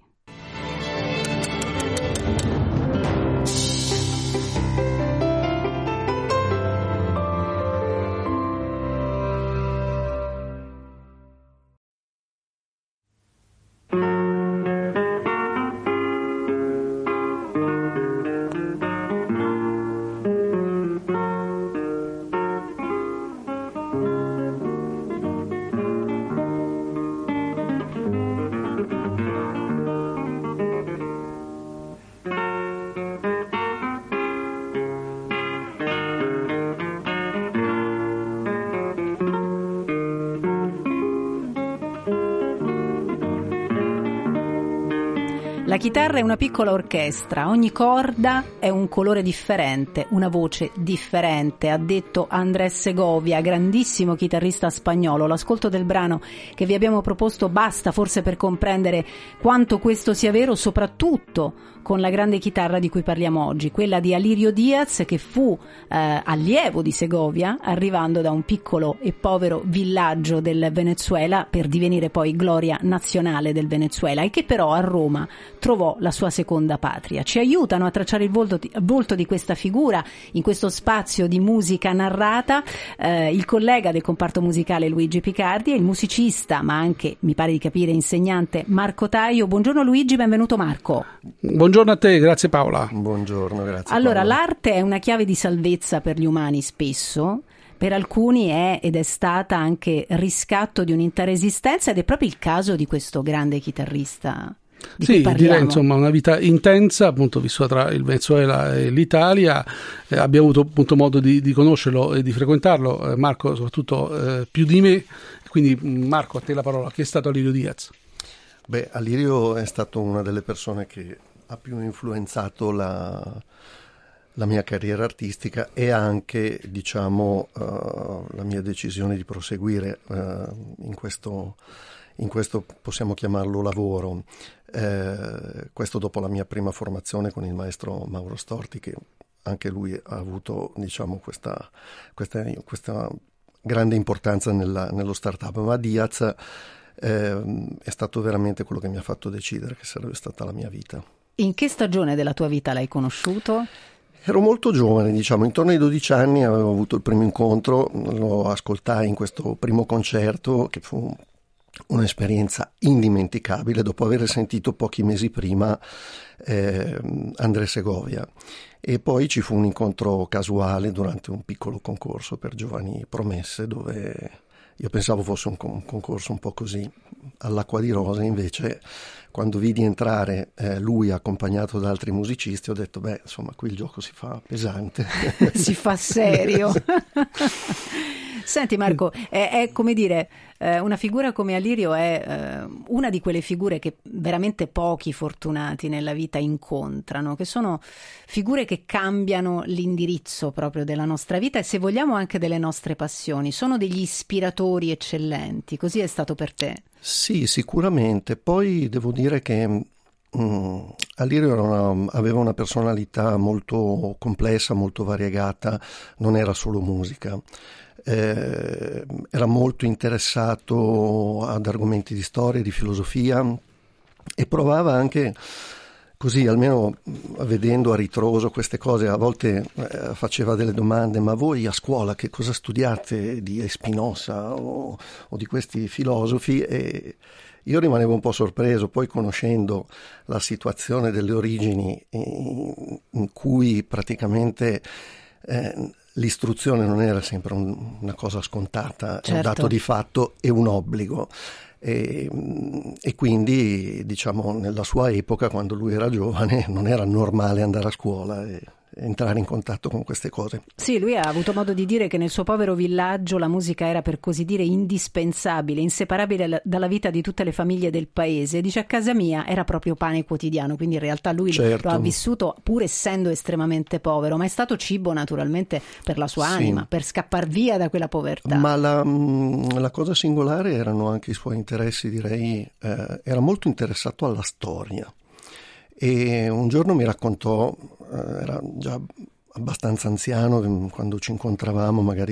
La chitarra è una piccola orchestra, ogni corda è un colore differente, una voce differente, ha detto Andrés Segovia, grandissimo chitarrista spagnolo. L'ascolto del brano che vi abbiamo proposto basta forse per comprendere quanto questo sia vero, soprattutto con la grande chitarra di cui parliamo oggi, quella di Alirio Diaz, che fu eh, allievo di Segovia, arrivando da un piccolo e povero villaggio del Venezuela per divenire poi gloria nazionale del Venezuela, e che però a Roma trovò la sua seconda patria. Ci aiutano a tracciare il volto di, volto di questa figura in questo spazio di musica narrata eh, il collega del comparto musicale Luigi Picardi e il musicista, ma anche, mi pare di capire, insegnante Marco Taio. Buongiorno Luigi, benvenuto Marco. Buongiorno a te, grazie Paola. Buongiorno, grazie. Allora, Paola. l'arte è una chiave di salvezza per gli umani spesso. Per alcuni è ed è stata anche riscatto di un'intera esistenza, ed è proprio il caso di questo grande chitarrista di sì, cui parliamo. Direi insomma una vita intensa, appunto vissuta tra il Venezuela e l'Italia. Eh, abbiamo avuto appunto modo di, di conoscerlo e di frequentarlo, eh, Marco soprattutto eh, più di me. Quindi Marco, a te la parola. Chi è stato Alirio Diaz? Beh, Alirio è stato una delle persone che ha più influenzato la, la mia carriera artistica e anche, diciamo, uh, la mia decisione di proseguire uh, in questo, in questo, possiamo chiamarlo, lavoro. Eh, questo dopo la mia prima formazione con il maestro Mauro Storti, che anche lui ha avuto, diciamo, questa, questa, questa grande importanza nella, nello startup, ma Diaz eh, è stato veramente quello che mi ha fatto decidere che sarebbe stata la mia vita. In che stagione della tua vita l'hai conosciuto? Ero molto giovane, diciamo, intorno ai dodici anni avevo avuto il primo incontro, lo ascoltai in questo primo concerto che fu un'esperienza indimenticabile dopo aver sentito pochi mesi prima eh, André Segovia, e poi ci fu un incontro casuale durante un piccolo concorso per giovani promesse dove io pensavo fosse un, un concorso un po' così all'acqua di rose, invece quando vidi entrare eh, lui accompagnato da altri musicisti ho detto beh, insomma, qui il gioco si fa pesante. Si fa serio. Senti Marco, è, è come dire, eh, una figura come Alirio è eh, una di quelle figure che veramente pochi fortunati nella vita incontrano, che sono figure che cambiano l'indirizzo proprio della nostra vita e, se vogliamo, anche delle nostre passioni. Sono degli ispiratori eccellenti. Così è stato per te? Sì, sicuramente. Poi devo dire che mm, Alirio era una, aveva una personalità molto complessa, molto variegata, non era solo musica. Eh, era molto interessato ad argomenti di storia, di filosofia, e provava anche così, almeno vedendo a ritroso queste cose, a volte eh, faceva delle domande: ma voi a scuola che cosa studiate di Spinoza o, o di questi filosofi? E io rimanevo un po' sorpreso, poi conoscendo la situazione delle origini in, in cui praticamente eh, l'istruzione non era sempre un, una cosa scontata, certo. È un dato di fatto e un obbligo. E, e quindi, diciamo, nella sua epoca, quando lui era giovane, non era normale andare a scuola e entrare in contatto con queste cose. Sì, lui ha avuto modo di dire che nel suo povero villaggio la musica era, per così dire, indispensabile, inseparabile dalla vita di tutte le famiglie del paese. Dice: a casa mia era proprio pane quotidiano, quindi in realtà lui certo. lo ha vissuto pur essendo estremamente povero, ma è stato cibo naturalmente per la sua sì. anima, per scappar via da quella povertà. Ma la, la cosa singolare erano anche i suoi interessi, direi. Eh, era molto interessato alla storia. E un giorno mi raccontò, era già abbastanza anziano, quando ci incontravamo magari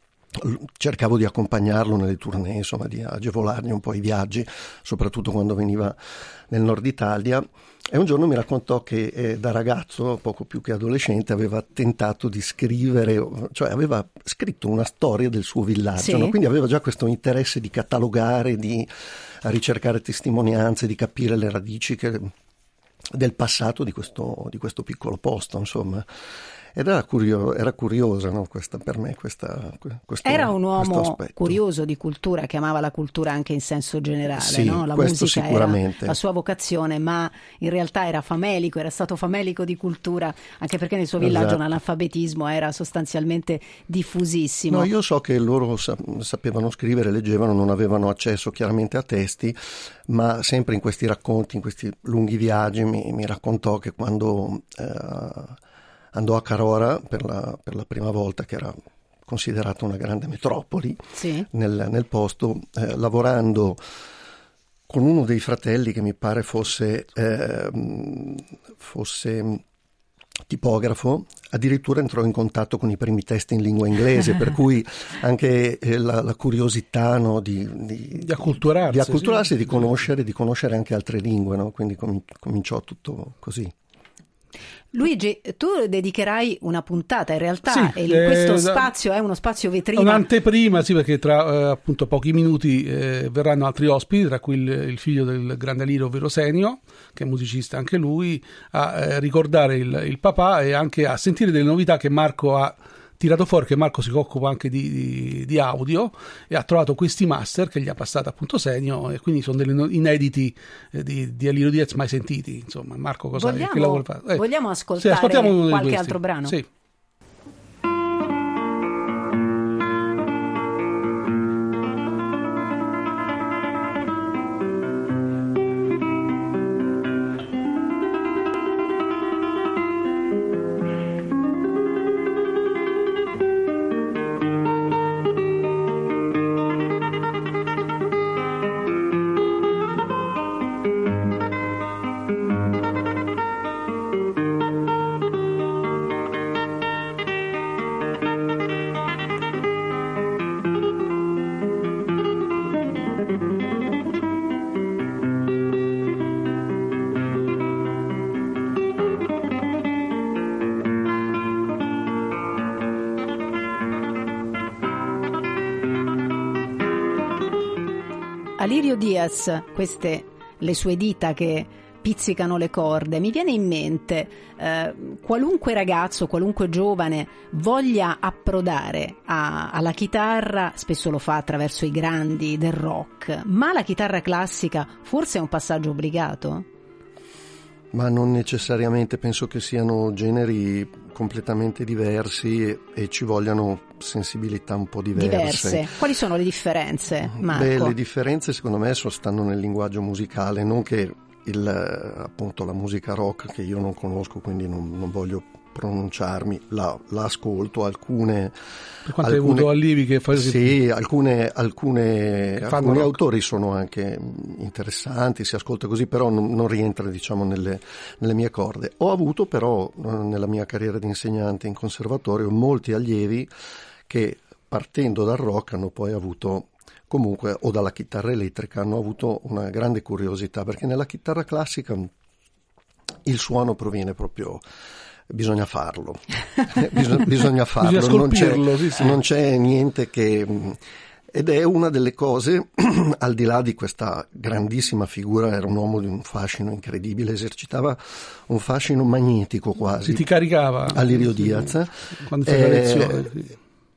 cercavo di accompagnarlo nelle tournée, insomma di agevolargli un po' i viaggi, soprattutto quando veniva nel nord Italia, e un giorno mi raccontò che eh, da ragazzo, poco più che adolescente, aveva tentato di scrivere, cioè aveva scritto una storia del suo villaggio, sì. no? Quindi aveva già questo interesse di catalogare, di ricercare testimonianze, di capire le radici che del passato di questo, di questo piccolo posto, insomma. Ed era, curio, era curiosa, no? Questa, per me questa, questo, era un uomo curioso di cultura, che amava la cultura anche in senso generale, sì, no? La questo musica sicuramente. Era la sua vocazione, ma in realtà era famelico, era stato famelico di cultura, anche perché nel suo villaggio esatto. l'analfabetismo era sostanzialmente diffusissimo. No, io so che loro sa- sapevano scrivere, leggevano, non avevano accesso chiaramente a testi, ma sempre in questi racconti, in questi lunghi viaggi mi, mi raccontò che quando eh, andò a Carora per la, per la prima volta, che era considerata una grande metropoli sì. nel, nel posto, eh, lavorando con uno dei fratelli che mi pare fosse, eh, fosse tipografo, addirittura entrò in contatto con i primi testi in lingua inglese, per cui anche eh, la, la curiosità, no, di, di, di acculturarsi, di, acculturarsi sì. di conoscere, di conoscere anche altre lingue, no? Quindi com- cominciò tutto così. Luigi, tu dedicherai una puntata, in realtà sì, e questo eh, spazio è uno spazio vetrina. Un'anteprima, sì, perché tra eh, appunto pochi minuti eh, verranno altri ospiti, tra cui il, il figlio del grande Alirio, ovvero Senio, che è musicista anche lui, a eh, ricordare il, il papà e anche a sentire delle novità che Marco ha tirato fuori che Marco si occupa anche di, di, di audio e ha trovato questi master che gli ha passato appunto Senio, e quindi sono degli inediti eh, di, di Alirio Diaz mai sentiti. Insomma, Marco cosa vogliamo, che lavoro fa? Eh, vogliamo ascoltare sì, ascoltiamo qualche altro brano? Sì. Alirio Diaz, queste le sue dita che pizzicano le corde, mi viene in mente eh, qualunque ragazzo, qualunque giovane voglia approdare a, alla chitarra, spesso lo fa attraverso i grandi del rock, ma la chitarra classica forse è un passaggio obbligato? Ma non necessariamente, penso che siano generi completamente diversi e, e ci vogliano sensibilità un po' diverse. Diverse. Quali sono le differenze, Marco? Beh, le differenze secondo me stanno nel linguaggio musicale, non che il, appunto la musica rock, che io non conosco, quindi non, non voglio pronunciarmi, la, la ascolto, alcune per quanto alcune, hai avuto allievi che fai sì, alcune, alcune che alcuni rock. autori sono anche interessanti, si ascolta così, però non, non rientra diciamo nelle, nelle mie corde. Ho avuto però nella mia carriera di insegnante in conservatorio molti allievi che partendo dal rock hanno poi avuto comunque, o dalla chitarra elettrica, hanno avuto una grande curiosità, perché nella chitarra classica il suono proviene proprio, bisogna farlo, bisogna, bisogna farlo, bisogna non c'è, sì, sì. non c'è niente che... Ed è una delle cose, al di là di questa grandissima figura, era un uomo di un fascino incredibile, esercitava un fascino magnetico quasi. Si ti caricava. Alirio Diaz. Quando faceva eh, lezione. Sì.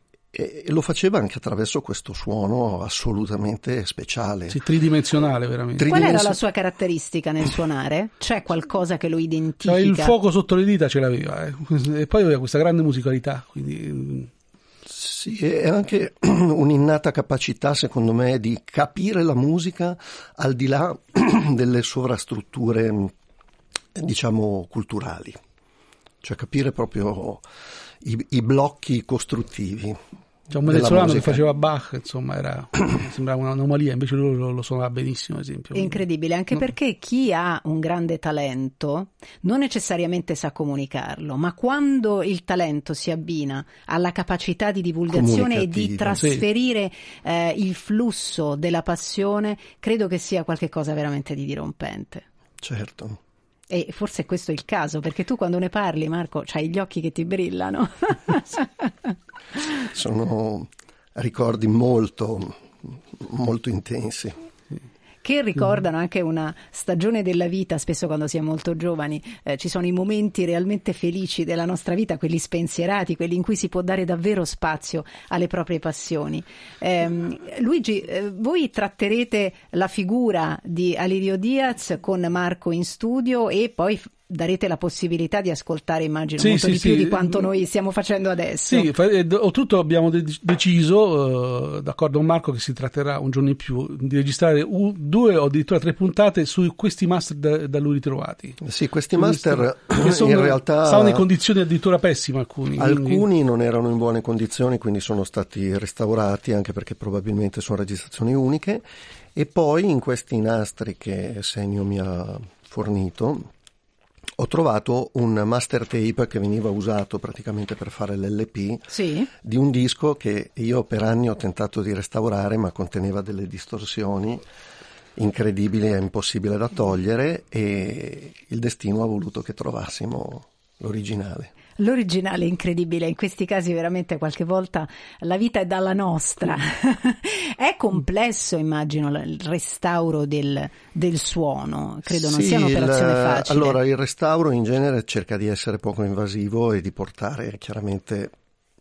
E lo faceva anche attraverso questo suono assolutamente speciale. Sì, tridimensionale veramente. Qual era la sua caratteristica nel suonare? C'è qualcosa che lo identifica? Cioè, il fuoco sotto le dita ce l'aveva, eh. E poi aveva questa grande musicalità, quindi... Sì, è anche un'innata capacità, secondo me, di capire la musica al di là delle sovrastrutture, diciamo, culturali. Cioè capire proprio i, i blocchi costruttivi. C'è un venezuelano che faceva Bach, insomma, era, sembrava un'anomalia, invece lui lo, lo suonava benissimo, ad esempio. È incredibile, anche no. perché chi ha un grande talento non necessariamente sa comunicarlo, ma quando il talento si abbina alla capacità di divulgazione e di trasferire sì. eh, il flusso della passione, credo che sia qualcosa veramente di dirompente. Certo. E forse questo è il caso, perché tu quando ne parli, Marco, c'hai gli occhi che ti brillano. Sono ricordi molto, molto intensi. Che ricordano anche una stagione della vita. Spesso quando si è molto giovani eh, ci sono i momenti realmente felici della nostra vita, quelli spensierati, quelli in cui si può dare davvero spazio alle proprie passioni. Eh, Luigi, eh, voi tratterete la figura di Alirio Diaz con Marco in studio e poi darete la possibilità di ascoltare, immagino, sì, molto sì, di più sì. di quanto noi stiamo facendo adesso. Sì, oltretutto abbiamo de- deciso, uh, d'accordo con Marco, che si tratterà un giorno in più di registrare u- due o addirittura tre puntate su questi master da, da lui ritrovati. Sì, questi master sono, in realtà stavano in condizioni addirittura pessime alcuni. Alcuni quindi... non erano in buone condizioni, quindi sono stati restaurati, anche perché probabilmente sono registrazioni uniche, e poi in questi nastri che Senio mi ha fornito ho trovato un master tape che veniva usato praticamente per fare l'L P sì. di un disco che io per anni ho tentato di restaurare, ma conteneva delle distorsioni incredibili e impossibile da togliere, e il destino ha voluto che trovassimo l'originale. L'originale è incredibile, in questi casi veramente qualche volta la vita è dalla nostra. È complesso, immagino, il restauro del, del suono, credo non sì, sia un'operazione il, facile. Allora, il restauro in genere cerca di essere poco invasivo e di portare chiaramente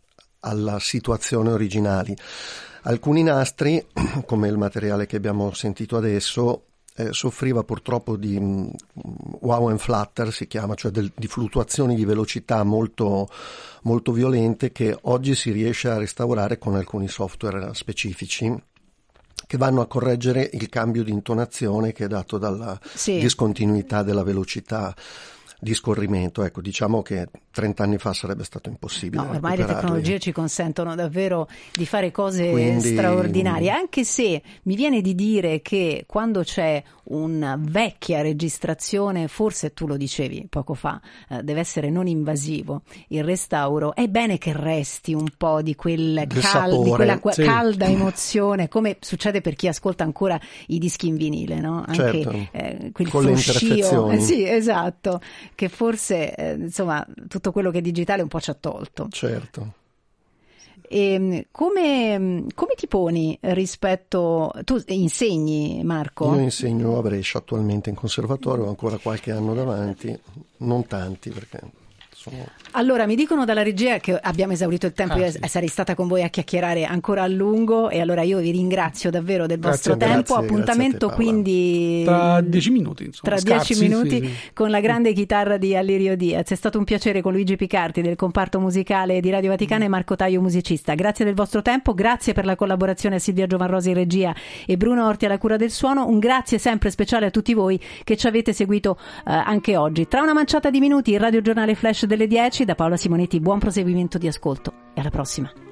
alla situazione originali. Alcuni nastri, come il materiale che abbiamo sentito adesso, eh, soffriva purtroppo di um, wow and flutter, si chiama, cioè del, di fluttuazioni di velocità molto, molto violente, che oggi si riesce a restaurare con alcuni software specifici che vanno a correggere il cambio di intonazione che è dato dalla sì. discontinuità della velocità di scorrimento. Ecco, diciamo che trenta anni fa sarebbe stato impossibile. No, ormai le tecnologie ci consentono davvero di fare cose Quindi... straordinarie, anche se mi viene di dire che quando c'è una vecchia registrazione, forse tu lo dicevi poco fa, eh, deve essere non invasivo il restauro, è bene che resti un po' di, quel cal- di quella sì. calda emozione, come succede per chi ascolta ancora i dischi in vinile, no? Anche certo. eh, quel con fruscio, eh, sì, esatto, che forse eh, insomma tutto quello che è digitale un po' ci ha tolto. Certo. E come, come ti poni rispetto... Tu insegni, Marco? Io insegno a Brescia attualmente in conservatorio, ho ancora qualche anno davanti, non tanti perché... Allora, mi dicono dalla regia che abbiamo esaurito il tempo, ah, io sì. sarei stata con voi a chiacchierare ancora a lungo, e allora io vi ringrazio davvero del grazie, vostro tempo. grazie, appuntamento grazie te, quindi tra dieci minuti, insomma, tra scarsi, dieci minuti sì, sì. con la grande chitarra di Allirio Diaz. È stato un piacere con Luigi Picardi del comparto musicale di Radio Vaticana mm. e Marco Taio, musicista. Grazie del vostro tempo, grazie per la collaborazione a Silvia Giovanrosi in regia e Bruno Orti alla cura del suono. Un grazie sempre speciale a tutti voi che ci avete seguito eh, anche oggi. Tra una manciata di minuti il Radio Giornale Flash delle dieci. Da Paola Simonetti buon proseguimento di ascolto e alla prossima.